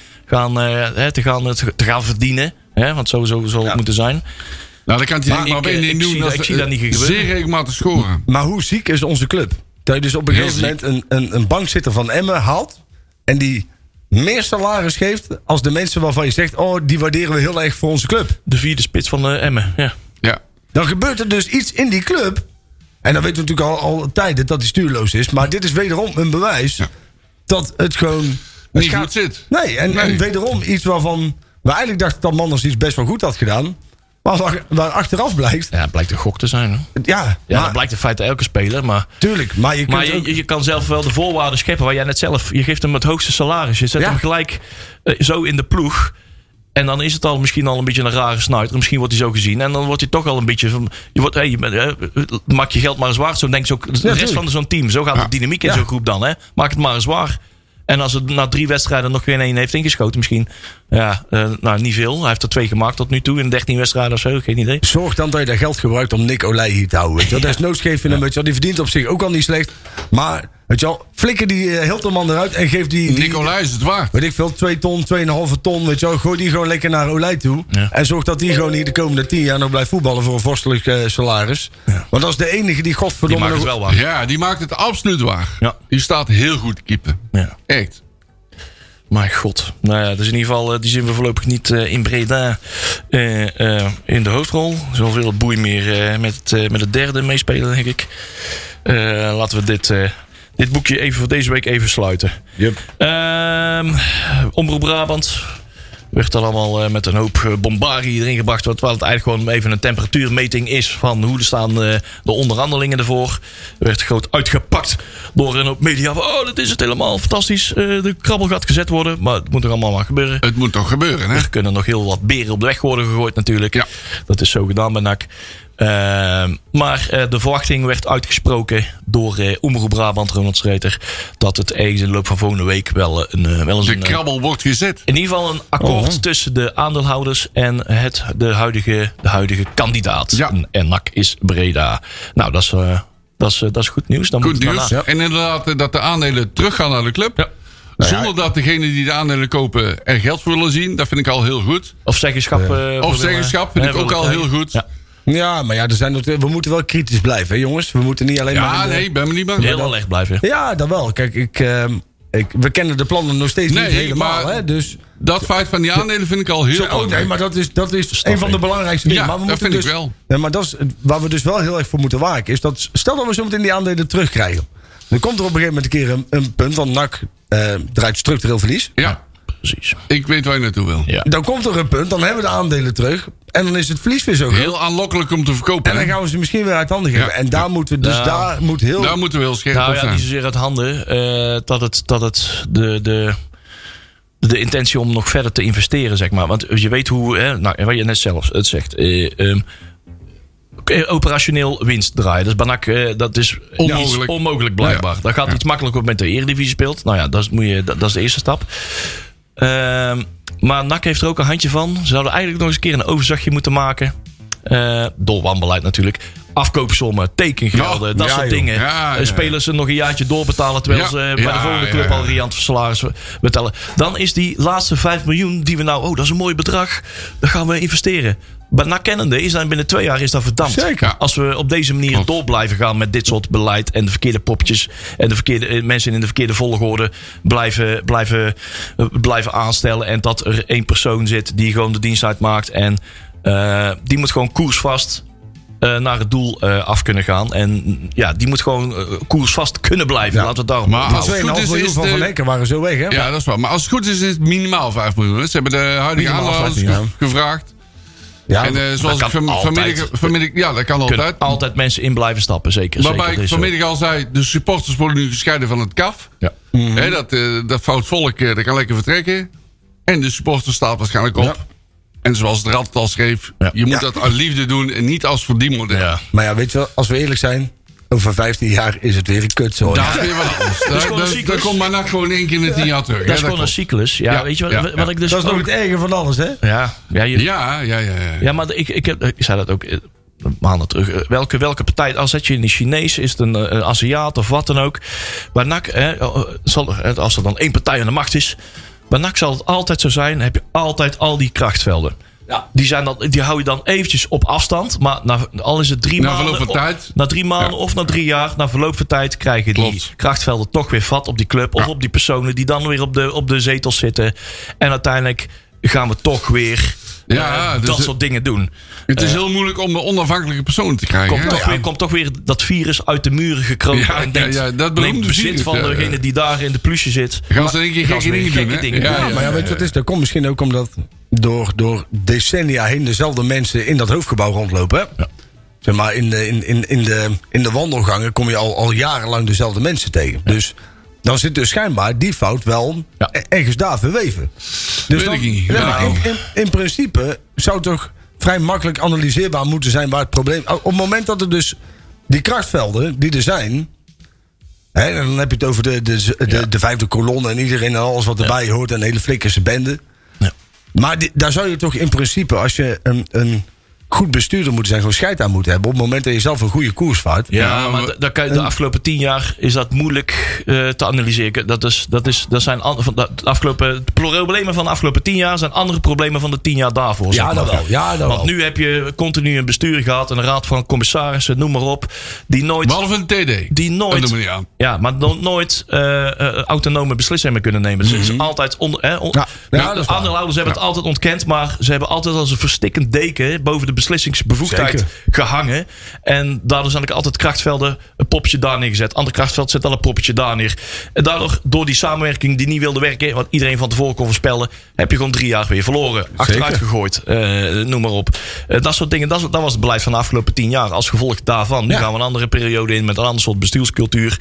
gaan verdienen? Want sowieso zal het moeten zijn. Nou, dan kan hij maar op één ding doen. Ik zie dat niet gebeuren. Zeer regelmatig scoren. Maar hoe ziek is onze club? Dat je dus op een gegeven moment een bankzitter van Emmen haalt... en die meer salaris geeft als de mensen waarvan je zegt... die waarderen we heel erg voor onze club. De 4e spits van Emmen, ja. Dan gebeurt er dus iets in die club... en dan weten we natuurlijk al tijden dat hij stuurloos is... maar dit is wederom een bewijs dat het gewoon... niet goed zit. Nee, en wederom iets waarvan we eigenlijk dachten... dat Manders iets best wel goed had gedaan... Maar waar achteraf blijkt... Ja, het blijkt een gok te zijn. Hè? Ja, dat blijkt in feite elke speler. Maar, tuurlijk, maar je kan zelf wel de voorwaarden scheppen. Waar jij net zelf... Je geeft hem het hoogste salaris. Je zet hem gelijk zo in de ploeg. En dan is het al misschien al een beetje een rare snuiter. Misschien wordt hij zo gezien. En dan wordt hij toch al een beetje van... maak je geld maar eens waard. Zo denkt ook de rest van zo'n team. Zo gaat de dynamiek in zo'n groep dan. Hè? Maak het maar eens waar. En als het na 3 wedstrijden nog geen 1 heeft ingeschoten misschien. Niet veel. Hij heeft er 2 gemaakt tot nu toe. In 13 wedstrijden of zo. Geen idee. Zorg dan dat je dat geld gebruikt om Nick Olij hier te houden. Weet je wel? Dat is noodsgeef in hem. Die verdient op zich ook al niet slecht. Maar weet je wel, flikker die Hilterman eruit en geef die... Nick Olij is het waard. Weet ik veel, 2 ton, 2,5 ton. Weet je wel, gooi die gewoon lekker naar Olij toe. Ja. En zorg dat die gewoon hier de komende 10 jaar nog blijft voetballen voor een vorstelijk salaris. Ja. Want dat is de enige die godverdomme... Die maakt het wel waar. Ja, die maakt het absoluut waar. Ja. Die staat heel goed te keepen. Ja. Echt. Mijn god. Nou ja, dus in ieder geval, die zien we voorlopig niet in Breda in de hoofdrol. Zoveel boei meer met het derde meespelen, denk ik. Laten we dit boekje even voor deze week even sluiten. Yep. Omroep Brabant werd dan allemaal met een hoop bombarie erin gebracht. Terwijl het eigenlijk gewoon even een temperatuurmeting is van hoe staan de onderhandelingen ervoor. Er werd groot uitgepakt door een hoop media. Oh, dat is het helemaal fantastisch. De krabbel gaat gezet worden. Maar het moet toch allemaal maar gebeuren. Het moet toch gebeuren, hè? Er kunnen nog heel wat beren op de weg worden gegooid natuurlijk. Ja. Dat is zo gedaan bij NAC. Maar de verwachting werd uitgesproken door Omroep Brabant, Ronald Schreter, dat het ergens in de loop van volgende week wel eens de krabbel wordt gezet. In ieder geval een akkoord tussen de aandeelhouders en de huidige kandidaat. Ja. En NAC is Breda. Nou, dat is goed nieuws. Dan Goed nieuws. Ja. En inderdaad dat de aandelen teruggaan naar de club. Ja. Zonder dat degenen die de aandelen kopen er geld voor willen zien. Dat vind ik al heel goed. Of zeggenschap. Of zeggenschap vind ik ook al heel goed. Ja. Ja, maar ja, we moeten wel kritisch blijven, hè, jongens. We moeten niet alleen maar... Ja, nee, ben me niet bang. Heel erg blijven. Ja, dat wel. Kijk, we kennen de plannen nog steeds niet helemaal. Maar hè, dus dat feit van die aandelen vind ik al heel erg. Nee, maar dat is een van de belangrijkste dingen. Ja, maar we dat vind ik wel. Nee, maar dat is, waar we dus wel heel erg voor moeten waken, is dat stel dat we zo meteen die aandelen terugkrijgen. Dan komt er op een gegeven moment een keer een punt, want NAC draait structureel verlies. Ja. Precies. Ik weet waar je naartoe wil. Ja. Dan komt er een punt, dan hebben we de aandelen terug. En dan is het verlies weer zo heel aanlokkelijk om te verkopen. En dan gaan we ze misschien weer uit handen geven. Ja. En daar moeten we dus daar moeten we heel scherp op zijn. Niet zozeer uit handen. Dat het de intentie om nog verder te investeren, zeg maar. Want je weet hoe, wat je net zelf het zegt. Operationeel winst draaien. Dus Banak, dat is onmogelijk blijkbaar. Ja. Dat gaat iets makkelijker met de Eredivisie speelt. Nou ja, dat is de eerste stap. Maar NAC heeft er ook een handje van. Ze zouden eigenlijk nog eens een keer een overzichtje moeten maken. Door wanbeleid natuurlijk. Afkoopsommen, tekengelden, dat soort dingen. Ja. Spelers ze nog een jaartje doorbetalen terwijl ze bij de volgende club al riant salaris betalen. Dan is die laatste 5 miljoen die we dat is een mooi bedrag. Dan gaan we investeren. Maar NAC kennende is dan binnen 2 jaar is dat verdampt. Zeker. Als we op deze manier door blijven gaan met dit soort beleid en de verkeerde popjes en de verkeerde mensen in de verkeerde volgorde blijven aanstellen en dat er 1 persoon zit die gewoon de dienst uitmaakt en die moet gewoon koersvast naar het doel af kunnen gaan. En ja, die moet gewoon koersvast kunnen blijven. Ja. Laten we het daarom houden. Maar 2,5 miljoen van Hekken waren zo weg, hè? Ja, dat is waar. Maar als het goed is het minimaal 5 miljoen. Ze hebben de huidige aandeelhouders gevraagd. Ja, en zoals ik vanmiddag... Ja, dat kan altijd. Altijd mensen in blijven stappen, zeker. Waarbij ik vanmiddag al zei... De supporters worden nu gescheiden van het CAF. Ja. Dat fout volk, dat kan lekker vertrekken. En de supporters staat waarschijnlijk op. Ja. En zoals de Rad al schreef... Je moet dat uit liefde doen en niet als verdienmodel. Ja. Maar ja, weet je wel, als we eerlijk zijn... Over 15 jaar is het weer een kutzooi. Dat is weer wat anders. Daar komt maar NAC gewoon 1 keer in de 10 jaar terug. Dat is gewoon een cyclus. Ja, weet je wat ik dus... Dat is nog het erge van alles, hè? Ja, maar ik zei dat ook maanden terug. Welke partij, als zet je in de Chinees, is het een Aziat of wat dan ook. Bij NAC, als er dan 1 partij aan de macht is... Bij NAC zal het altijd zo zijn, heb je altijd al die krachtvelden. Ja. Die hou je dan eventjes op afstand. Maar al is het 3 maanden. Na 3 maanden of na 3 jaar. Na verloop van tijd krijgen die krachtvelden toch weer vat op die club. Of op die personen die dan weer op de zetels zitten. En uiteindelijk gaan we toch weer dat soort dingen doen. Het is heel moeilijk om onafhankelijke personen te krijgen. Komt toch weer dat virus uit de muren gekropen. En denkt, neemt bezit van degene die daar in de plusje zit. Gaan ze een keer gekke dingen doen. Maar weet je wat is? Dat komt misschien ook omdat door decennia heen dezelfde mensen in dat hoofdgebouw rondlopen. Hè? Ja. Zeg maar, in de wandelgangen kom je al jarenlang dezelfde mensen tegen. Ja. Dus dan zit dus schijnbaar die fout wel ergens daar verweven. Dus dan, in principe zou het toch vrij makkelijk analyseerbaar moeten zijn waar het probleem... Op het moment dat er dus die krachtvelden die er zijn... Hè, dan heb je het over de 5e kolonne en iedereen en alles wat erbij hoort... en de hele flikkerse bende. Ja. Maar daar zou je toch in principe, als je goed bestuurder moeten zijn, gewoon scheid aan moeten hebben. Op het moment dat je zelf een goede koers vaart. Ja, maar dan kan je de afgelopen 10 jaar is dat moeilijk te analyseren. Dat zijn de problemen van de afgelopen 10 jaar zijn andere problemen van de 10 jaar daarvoor. Ja, dat wel. Ja, dat Want nu heb je continu een bestuur gehad, een raad van commissarissen, noem maar op, die nooit. Behalve een TD. Die nooit. Dat doen we niet aan. Ja, maar nooit autonome beslissingen kunnen nemen. Dus het is altijd de aandeelhouders hebben het altijd ontkend, maar ze hebben altijd als een verstikkend deken boven de beslissingsbevoegdheid gehangen. En daardoor zijn altijd krachtvelden een poppetje daar neergezet. Ander krachtveld zet al een poppetje daar neer. En daardoor, door die samenwerking die niet wilde werken, wat iedereen van tevoren kon voorspellen, heb je gewoon 3 jaar weer verloren. Achteruit gegooid. Noem maar op. Dat soort dingen, dat was het beleid van de afgelopen 10 jaar. Als gevolg daarvan. Nu gaan we een andere periode in met een ander soort bestuurscultuur.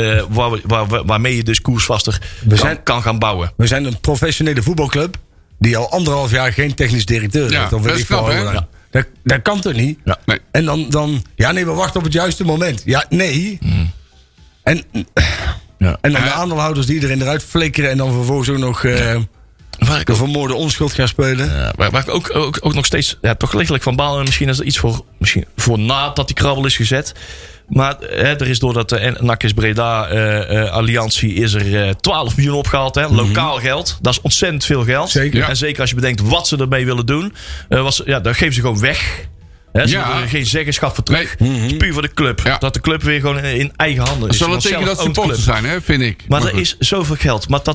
Waarmee je dus koersvaster kan gaan bouwen. We zijn een professionele voetbalclub die al 1,5 jaar geen technisch directeur heeft. Dat is knap, hè? Ja. Dat kan toch niet? Ja, nee. En dan, we wachten op het juiste moment. Ja, nee. En dan de aandeelhouders die erin eruit flikkeren en dan vervolgens ook nog de vermoorde onschuld gaan spelen. Ja, waar ik ook nog steeds toch lichtelijk van baal. Misschien is er iets voor nadat die krabbel is gezet. Maar er is door dat NAC Breda alliantie is er 12 miljoen opgehaald. Hè? Lokaal geld. Dat is ontzettend veel geld. Zeker. Ja. En zeker als je bedenkt wat ze ermee willen doen. Dat geven ze gewoon weg. Hè, ze hebben er geen zeggenschap voor terug. Nee. Het is puur voor de club. Ja. Dat de club weer gewoon in eigen handen is. Dat zal het teken dat supporters zijn, hè, vind ik. Maar er is zoveel geld. Maar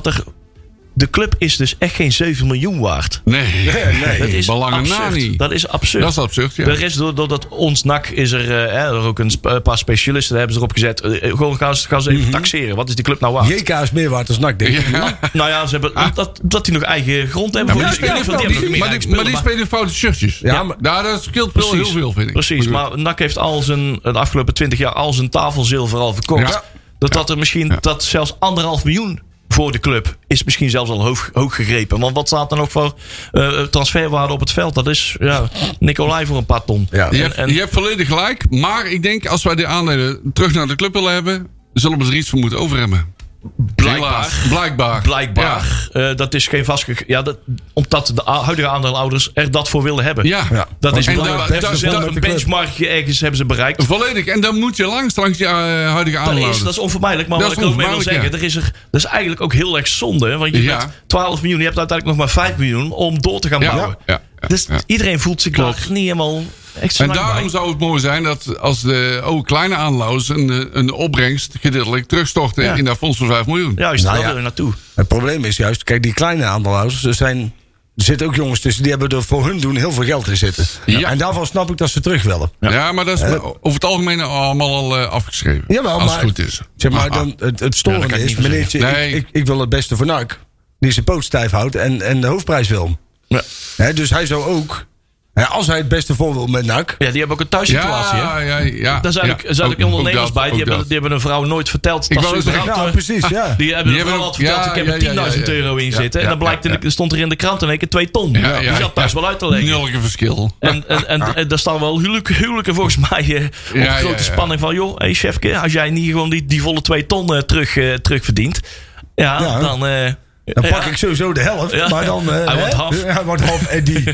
de club is dus echt geen 7 miljoen waard. Nee. Dat is belangen na niet. Dat is absurd. Dat is absurd, ja. De rest, doordat ons NAC is er ook een paar specialisten hebben ze erop gezet. Gewoon gaan ze even taxeren. Wat is die club nou waard? JK is meer waard dan NAC, denk ik. Ja. Nou ja, ze hebben dat die nog eigen grond hebben. Maar die spelen foute shirtjes. Ja, maar dat scheelt wel heel veel, vind ik. Precies, maar NAC heeft de afgelopen 20 jaar al zijn tafelzilver al verkocht. Ja. Dat er misschien dat zelfs 1,5 miljoen voor de club is misschien zelfs al hoog gegrepen. Want wat staat er nog voor transferwaarde op het veld? Dat is Nicolai voor een paar ton. Ja. Je hebt volledig gelijk. Maar ik denk als wij die aandelen terug naar de club willen hebben, zullen we er iets voor moeten over hebben. Blijkbaar. Ja. Dat is geen omdat de huidige aandeelhouders er dat voor willen hebben. Ja. Dat is een benchmarkje ergens hebben ze bereikt. Volledig. En dan moet je langs die huidige aandeelhouders. Dat is onvermijdelijk. Maar wat ik ook mee wil zeggen, dat is eigenlijk ook heel erg zonde. Want je hebt 12 miljoen, je hebt uiteindelijk nog maar 5 miljoen om door te gaan bouwen. Ja. Dus iedereen voelt zich daar niet helemaal echt zo. En daarom zou het mooi zijn dat als de kleine aandeelhouders een opbrengst gedeeltelijk terugstorten in dat fonds van 5 miljoen. Juist, daar wil je naartoe. Het probleem is juist, kijk, die kleine aandeelhouders, er zitten ook jongens tussen, die hebben er voor hun doen heel veel geld in zitten. Ja. En daarvan snap ik dat ze terug willen. Ja, maar dat is over het algemeen allemaal al afgeschreven. Jawel, als het goed is. Zeg maar, dan, het storende is, meneertje, ik wil het beste voor NAC. Die zijn poot stijf houdt en de hoofdprijs wil. Ja. Dus hij zou ook, als hij het beste voor wil met NAC. Ja, die hebben ook een thuissituatie. Ja. Daar zijn ook ondernemers bij. Die hebben een vrouw nooit verteld. Precies, ja. Die hebben een vrouw altijd verteld, ik heb er 10.000 euro in zitten. En dan blijkt, stond er in de krant in één keer 2 ton. Die zat thuis wel uit te leggen. Nulke verschil. En daar staan wel huwelijken volgens mij op grote spanning van, joh, hey chefke, als jij niet gewoon die volle 2 ton terug verdient. Dan pak ik sowieso de helft, maar dan hij wordt half Eddie.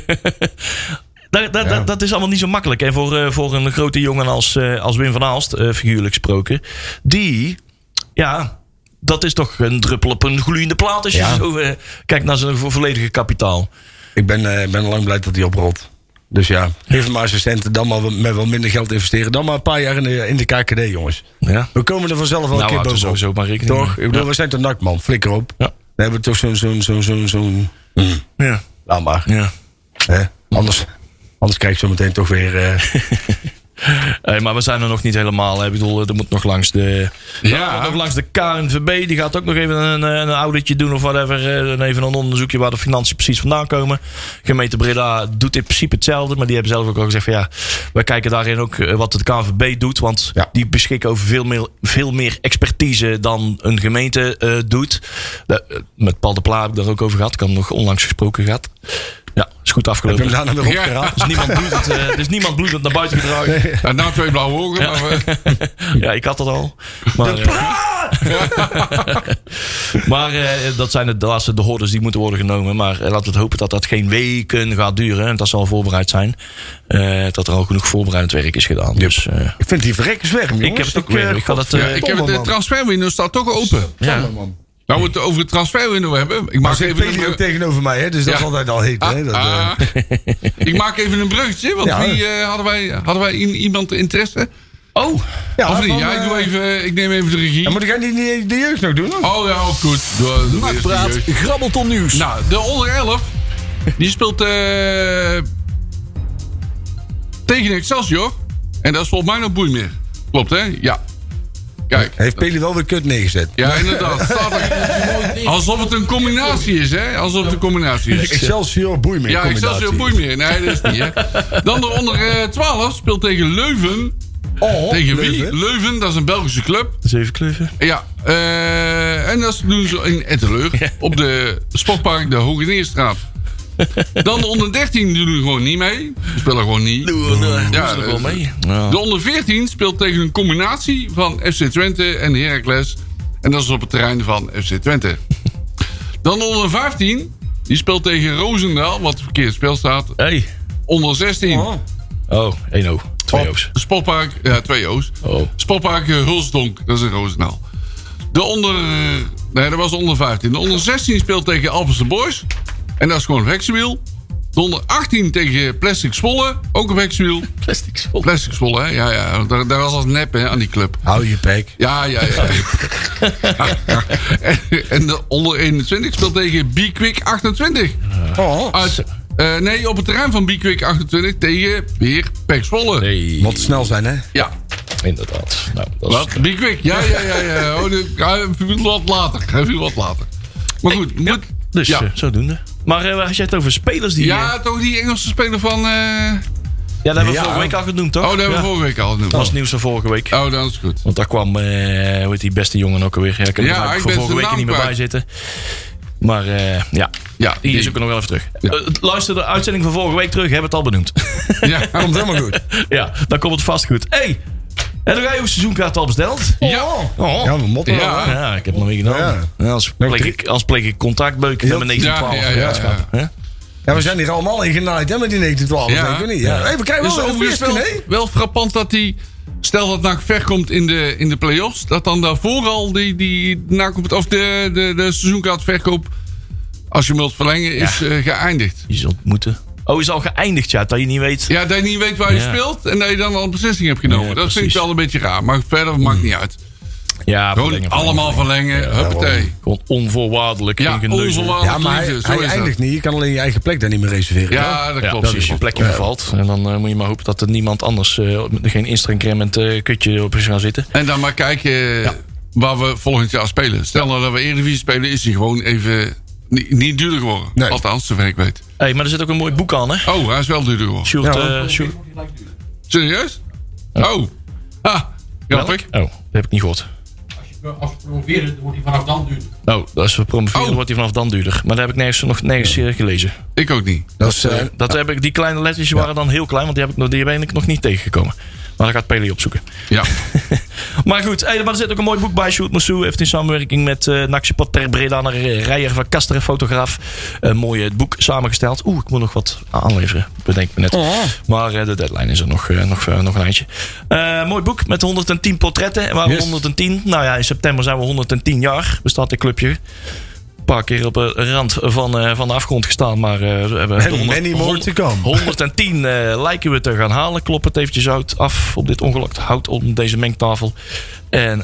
Dat is allemaal niet zo makkelijk. En voor een grote jongen als Wim van Aalst, figuurlijk gesproken, dat is toch een druppel op een gloeiende plaat als je zo kijkt naar zijn volledige kapitaal. Ik ben lang blij dat hij oprolt. Dus ja, geef hem maar assistenten, dan maar met wel minder geld investeren. Dan maar een paar jaar in de KKD, jongens. Ja. We komen er vanzelf wel een keer bovenop. Sowieso maar rekening. Toch? Ik bedoel, we zijn toch NAC, man. Flikker op. Ja. We hebben toch zo'n... Ja. Laat maar. Ja. Anders krijg ik zo meteen toch weer... Maar we zijn er nog niet helemaal. Ik bedoel, er moet nog langs de KNVB. Die gaat ook nog even een auditje doen of whatever. Even een onderzoekje waar de financiën precies vandaan komen. Gemeente Breda doet in principe hetzelfde. Maar die hebben zelf ook al gezegd van wij kijken daarin ook wat de KNVB doet. Want die beschikken over veel meer expertise dan een gemeente doet. Met Paul de Pla heb ik daar ook over gehad. Ik heb hem nog onlangs gesproken gehad. Ja, is goed afgelopen. Heb je hem daarna weer opgeraapt? Dus niemand bloedend naar buiten gedragen. Ja, nou 2 blauwe ogen. Ja. Maar, Ja, ik had het al. Maar, maar dat zijn de laatste de hordes die moeten worden genomen. Maar laten we het hopen dat dat geen weken gaat duren. En dat zal voorbereid zijn. Dat er al genoeg voorbereidend werk is gedaan. Dus, Ik vind die verrekkerswerk, jongens. ik heb het ook weer. de transferwindow staat toch open. Ja. Nou, we het over het transferwindow hebben. Ik Maar maak zit even Peli ook tegenover mij, hè? Dus dat is altijd al heet, hè? Ik maak even een bruggetje. Want Ja. wie hadden wij iemand interesse? Oh, Ja, Of niet? van, Ja, ik neem even de regie. Ja, moet ik niet de jeugd nog doen? Of? Oh ja, goed. Doe Nakpraat, eerst de jeugd. grabbelton nieuws. Nou, de onder 11. Die speelt tegen Excelsior. En dat is volgens mij nog Boeimeer. Klopt, hè? Ja. Kijk. Heeft Peli wel weer kut neergezet? Ja, inderdaad. Staat er, alsof het een combinatie is, hè? Alsof het een combinatie is. Excelsior Boeimeer Ja, combinatie. Excelsior Boeimeer. Nee, dat is niet, hè? Dan de onder 12 speelt tegen Leuven. Oh, Tegen wie? Leuven. Leuven, dat is een Belgische club. 7 kleuven. Ja, en dat doen ze in Etteleur. Op de sportpark de Hogeneerstraat. Dan de onder 13 doen gewoon niet mee. Die spelen gewoon niet. Ja, er wel mee. Ja. De onder 14 speelt tegen een combinatie van FC Twente en Heracles. En dat is op het terrein van FC Twente. Dan de onder 15. Die speelt tegen Roosendaal, wat verkeerd spel staat. Hey. Onder 16. Oh, 1-0. 2 O's. Sportpark, ja, 2 O's. Oh. Sportpark Hulsdonk, dat is in Roosendaal. De onder... Nee, dat was onder 15. De onder 16 speelt tegen Alphense Boys. En dat is gewoon Weksewiel. De onder 18 tegen Plastic Zwolle. Ook een Weksewiel. Plastic Zwolle, hè? Ja. Daar was als nep, hè, aan die club. Hou je bek. Ja. En de onder 21 speelt tegen B-Quick 28. Oh, Nee, op het terrein van B-Quick 28 tegen weer PEC Zwolle. Hey. moet snel zijn, hè? Ja. Inderdaad. Nou, dat is... Wat? B-Quick? Ja. Oh, hij viel wat later. Maar goed, Dus ja. zodoende. Maar als jij het over spelers die... Ja, toch die Engelse speler van... Ja, dat hebben we Ja. vorige week al genoemd, toch? Oh, dat hebben we vorige week al genoemd. Dat was het nieuws van vorige week. Oh, dat is goed. Want daar kwam, hoe heet die beste jongen ook alweer? Ja, ik kan er Ja, eigenlijk ik voor ben vorige zijn week niet meer naam bij zitten. Maar Ja, die is ook nog wel even terug. Ja. Luister de uitzending van vorige week terug, hebben we het al benoemd. Ja. Komt helemaal goed. Ja, dan komt het vast goed. Hey, heb jij je seizoenkaart al besteld? Ja. Oh. Ja, we motten wel, hè? Ja, ik heb het nog niet gedaan. Ja. Ja, als pleeg ik contactbeuken met mijn 1912 Ja. vriendschap. Hè? Ja, we zijn hier allemaal in genaaid, hè, met die 1912. Ja. Denk ik niet. Ja. Hey, we krijgen Dus wel een overigens feestje, wel frappant dat die... Stel dat NAC ver komt in de play-offs. Dat dan daarvoor al die NAC of de seizoenkaartverkoop... Als je hem wilt verlengen, is geëindigd. Je zult moeten. Oh, is al geëindigd, ja, dat je niet weet. Ja, dat je niet weet waar je speelt. En dat je dan al een beslissing hebt genomen. Ja, dat vind ik precies. wel een beetje raar. Maar verder maakt niet uit. Ja, Gewoon allemaal verlengen. Huppatee. Gewoon onvoorwaardelijk. Ja, geen geneuzel. onvoorwaardelijk. Ja, maar liefde, hij zo is dat. eindigt niet. Je kan alleen je eigen plek daar niet meer reserveren. Ja, dat Ja, klopt. precies. Je plekje vervalt. En dan moet je maar hopen dat er niemand anders... geen instringcremend kutje op is gaan zitten. En dan maar kijken waar we volgend jaar spelen. Stel nou dat we Eredivisie spelen, is hij gewoon even niet duurder geworden. Nee. Althans, zover ik weet. Hey, maar er zit ook een mooi boek aan, hè? Oh, hij is wel duurder geworden. Sjoerd, Serieus? Oh. Ha, grappig. Oh, dat heb ik niet gehoord. Als je promoveert, dan wordt hij vanaf dan duurder. Oh, als we promoveren Oh. wordt hij vanaf dan duurder. Maar dat heb ik nog nergens gelezen. Ik ook niet. Dat is, Dat heb ik, die kleine lettertjes waren dan heel klein, want die ben ik nog niet tegengekomen. Maar dat gaat Peli opzoeken. Ja. Maar goed, hey, maar er zit ook een mooi boek bij. Sjoerd Moussou heeft in samenwerking met NAC supporter Breda naar Rijer van Kasteren, fotograaf, een mooi boek samengesteld. Ik moet nog wat aanleveren, bedenk me net. Maar de deadline is er nog een eindje. Mooi boek met 110 portretten. En waarom 110? Nou ja, in september zijn we 110 jaar. Bestaat dit clubje. Een paar keer op de rand van de afgrond gestaan. Maar we hebben many more to come. 110 lijken we te gaan halen. Klop het eventjes af op dit ongelakt hout op deze mengtafel. En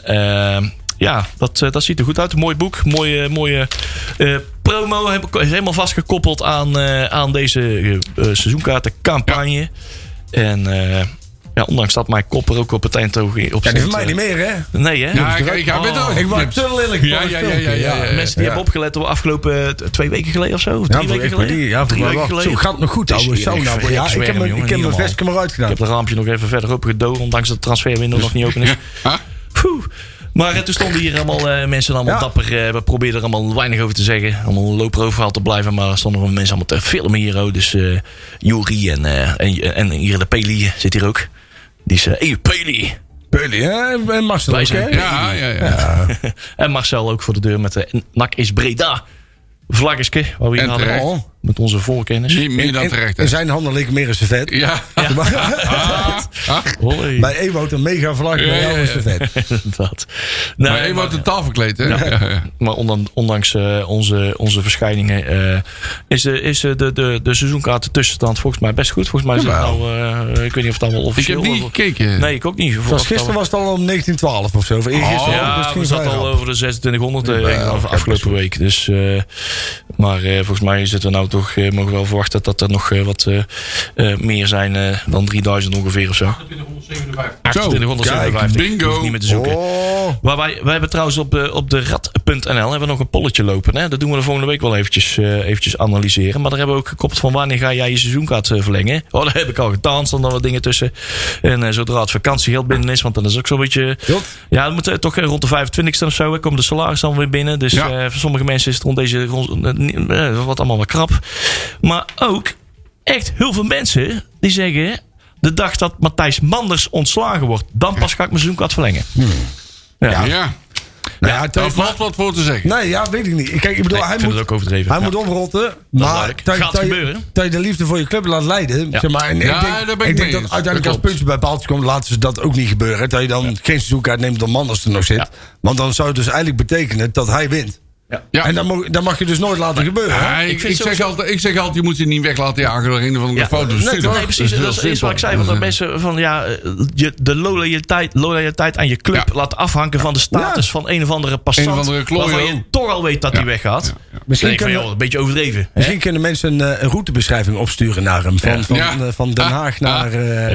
dat ziet er goed uit. Een mooi boek. Mooie promo. Is helemaal vastgekoppeld aan deze seizoenkaartencampagne. En... ondanks dat mijn kop er ook op het eind op ja, die stond. van mij niet meer, hè? Nee, hè? Ja, ik ga met ook. Ik was te lelijk. Ja. Mensen die hebben opgelet de afgelopen 2 weken geleden of zo. Of 3 weken voor geleden. die, ja, voor 3 mij weken wel. geleden. Zo gaat het nog goed, Het is ouwe. hier echt Sauna. Ja, ik heb mijn vestje maar Ik uitgedaan. heb het raampje nog even verder open gedogen, ondanks dat de transferwindow nog niet open is. Poeh. Maar toen stonden hier allemaal mensen dapper. We probeerden er allemaal weinig over te zeggen. Allemaal een low-profile te blijven. Maar er stonden nog mensen allemaal te filmen hier. Dus Juri en hier de Peli zit hier ook. Die is Peli. Peli, hè? En Marcel ook, hè? Ja. En Marcel ook voor de deur met de NAC is Breda. Vlaggeske, waar we hier hadden. Met onze voorkennis. Meer dan terecht. In zijn handen leek meer een servet. Ja. Bij Ewout een mega vlag, bij jou een servet. Inderdaad. Maar Ewout een tafelkleed, hè? Ja. Maar ondanks onze verschijningen is de seizoenkaart tussenstand volgens mij best goed. Volgens mij is het nou, ik weet niet of het allemaal officieel... Ik heb niet gekeken. Nee, ik ook niet. Gisteren was het al om 1912 of zo. We zaten al over de 2600 afgelopen week. Dus, maar volgens mij zitten we nou toch, mogen we wel verwachten dat er nog wat meer zijn dan 3000 ongeveer of zo. 2857. Bingo. Niet meer te zoeken. Maar wij hebben trouwens op de rad.nl hebben we nog een polletje lopen. Hè? Dat doen we de volgende week wel eventjes analyseren. Maar daar hebben we ook gekoppeld van wanneer ga jij je seizoenkaart verlengen. Dat heb ik al gedaan. Staan er wat dingen tussen. En zodra het vakantiegeld binnen is, want dan is ook zo'n beetje... Ja, het moet toch rond de 25e of zo. Komt de salaris dan weer binnen. Dus voor sommige mensen is het rond deze... wat allemaal wat krap. Maar ook echt heel veel mensen die zeggen... de dag dat Matthijs Manders ontslagen wordt... dan pas ga ik mijn seizoenkaart verlengen. Ja. Nou, daar valt wat voor te zeggen. Nee, weet ik niet. Kijk, ik bedoel, hij moet, het ook overdreven. Hij moet oprotten. Maar dat je de liefde voor je club laat leiden. Zeg maar, en ik denk dat uiteindelijk als puntje bij paaltje komt... laten ze dat ook niet gebeuren. Dat je dan geen seizoenkaart neemt omdat Manders er nog zit. Want dan zou het dus eigenlijk betekenen dat hij wint. Ja. En dat mag je dus nooit laten gebeuren. Ja, ik zeg altijd, je moet je niet weg laten jagen door een of andere foto. Nee, precies. Dat is eerst wat ik zei. Want mensen van de loyaliteit aan je club laat afhangen van de status van een of andere passant. Waarvan je toch al weet dat hij weggaat. Misschien een beetje overdreven. Misschien kunnen mensen een routebeschrijving opsturen naar hem. Van Den Haag naar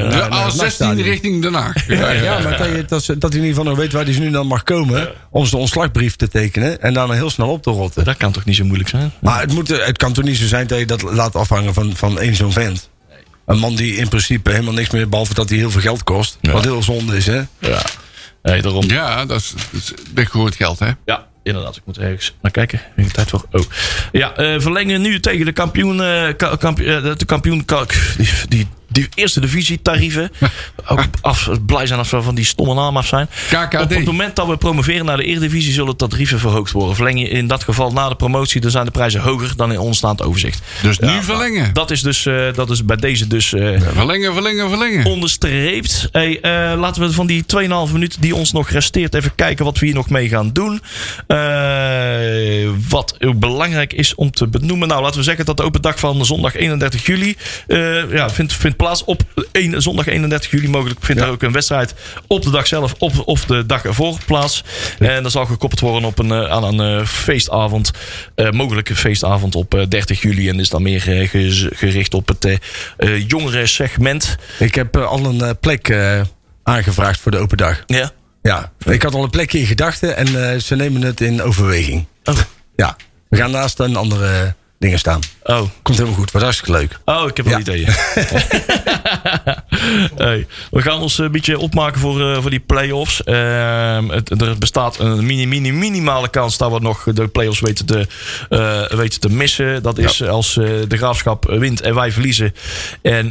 de A16 richting Den Haag. Maar dat hij in ieder geval nog weet waar hij nu dan mag komen. Om zijn ontslagbrief te tekenen. En daarna heel snel op te rotten. Dat kan toch niet zo moeilijk zijn? Maar het kan toch niet zo zijn dat je dat laat afhangen van één zo'n vent. Nee. Een man die in principe helemaal niks meer... behalve dat hij heel veel geld kost. Ja. Wat heel zonde is, hè? Ja, daarom. Ja, dat is weggegooid geld, hè? Ja, inderdaad. Ik moet ergens naar kijken. Ik heb tijd voor. Verlengen nu tegen de kampioen... Die eerste divisie tarieven. Ook blij zijn als we van die stomme naam af zijn. KKD. Op het moment dat we promoveren naar de Eredivisie... zullen tarieven verhoogd worden. Verleng je in dat geval na de promotie... dan zijn de prijzen hoger dan in onstaand overzicht. Dus nu verlengen. Dat is bij deze dus... verlengen. Onderstreept. Laten we van die 2,5 minuten die ons nog resteert... even kijken wat we hier nog mee gaan doen. Wat ook belangrijk is om te benoemen. Nou, laten we zeggen dat de open dag van zondag 31 juli... vindt plaats op zondag 31 juli. Mogelijk vindt er ook een wedstrijd op de dag zelf of de dag ervoor plaats. En dat zal gekoppeld worden aan een feestavond. Mogelijke feestavond op 30 juli. En is dan meer gericht op het jongere segment. Ik heb al een plek aangevraagd voor de open dag. Ja. Ik had al een plekje in gedachten en ze nemen het in overweging. Oh. Ja, we gaan naast een andere... dingen staan. Komt helemaal goed. Wat hartstikke leuk. Ik heb wel ideeën. We gaan ons een beetje opmaken voor die play-offs. Er bestaat een minimale kans dat we nog de play-offs weten te missen. Dat is als de Graafschap wint en wij verliezen. En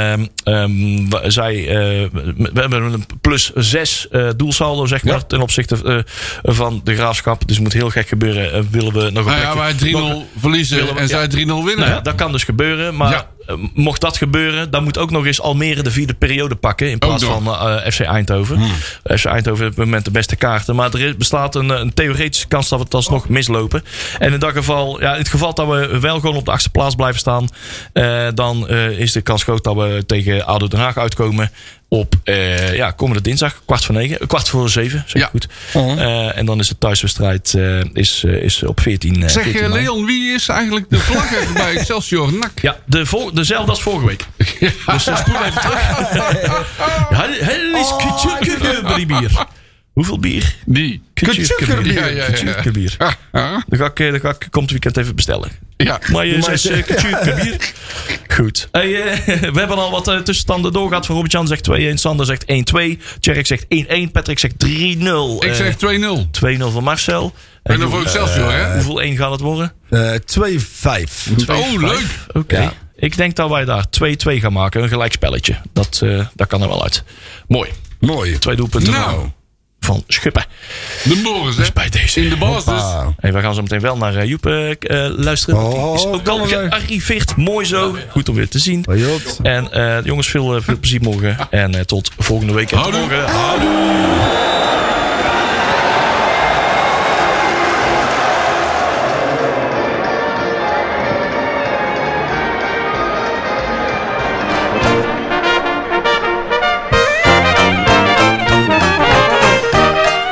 we hebben een +6 doelsaldo, zeg maar, ten opzichte van de Graafschap. Dus het moet heel gek gebeuren. Willen we nog een wij 3-0 verliezen en zij 3-0 winnen. Nou dat kan dus gebeuren. Maar mocht dat gebeuren, dan moet ook nog eens Almere de 4e periode pakken. In plaats van FC Eindhoven. FC Eindhoven heeft op het moment de beste kaarten. Maar er bestaat een theoretische kans dat we het alsnog mislopen. En in dat geval, in het geval dat we wel gewoon op de 8e plaats blijven staan. Dan is de kans groot dat we tegen ADO Den Haag uitkomen. Op komende dinsdag, 7:15. Zeg goed. En dan is de thuiswedstrijd is op 14. Zeg 14 Leon, wie is eigenlijk de vlagger bij Excelsior NAC? Ja, dezelfde als vorige week. Dus spoel even terug. Hij is bier. Hoeveel bier? Die. Kutjurke bier. Dan ga ik komend weekend even bestellen. Ja. Maar je zegt kutjurke bier. Goed. Hey, we hebben al wat tussenstanden doorgehad. Van Robert-Jan zegt 2-1. Sander zegt 1-2. Tjerk zegt 1-1. Patrick zegt 3-0. Ik zeg 2-0. 2-0 voor Marcel. En dan voor Excelsior, hè? Hoeveel 1 gaat het worden? 2-5. Oh, leuk. Oké. Ja. Ik denk dat wij daar 2-2 gaan maken. Een gelijkspelletje. Dat kan er wel uit. Mooi. 2 doelpunten van Schuppen. De Boris, hè? Dus bij deze. In de basis. Hey, we gaan zo meteen wel naar Joep luisteren. Die is ook al gearriveerd. Mooi zo. Goed om weer te zien. En jongens, veel plezier morgen. En tot volgende week. Houdoe.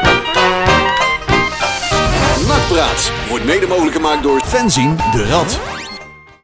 Wordt mede mogelijk gemaakt door Fenzien de Rad.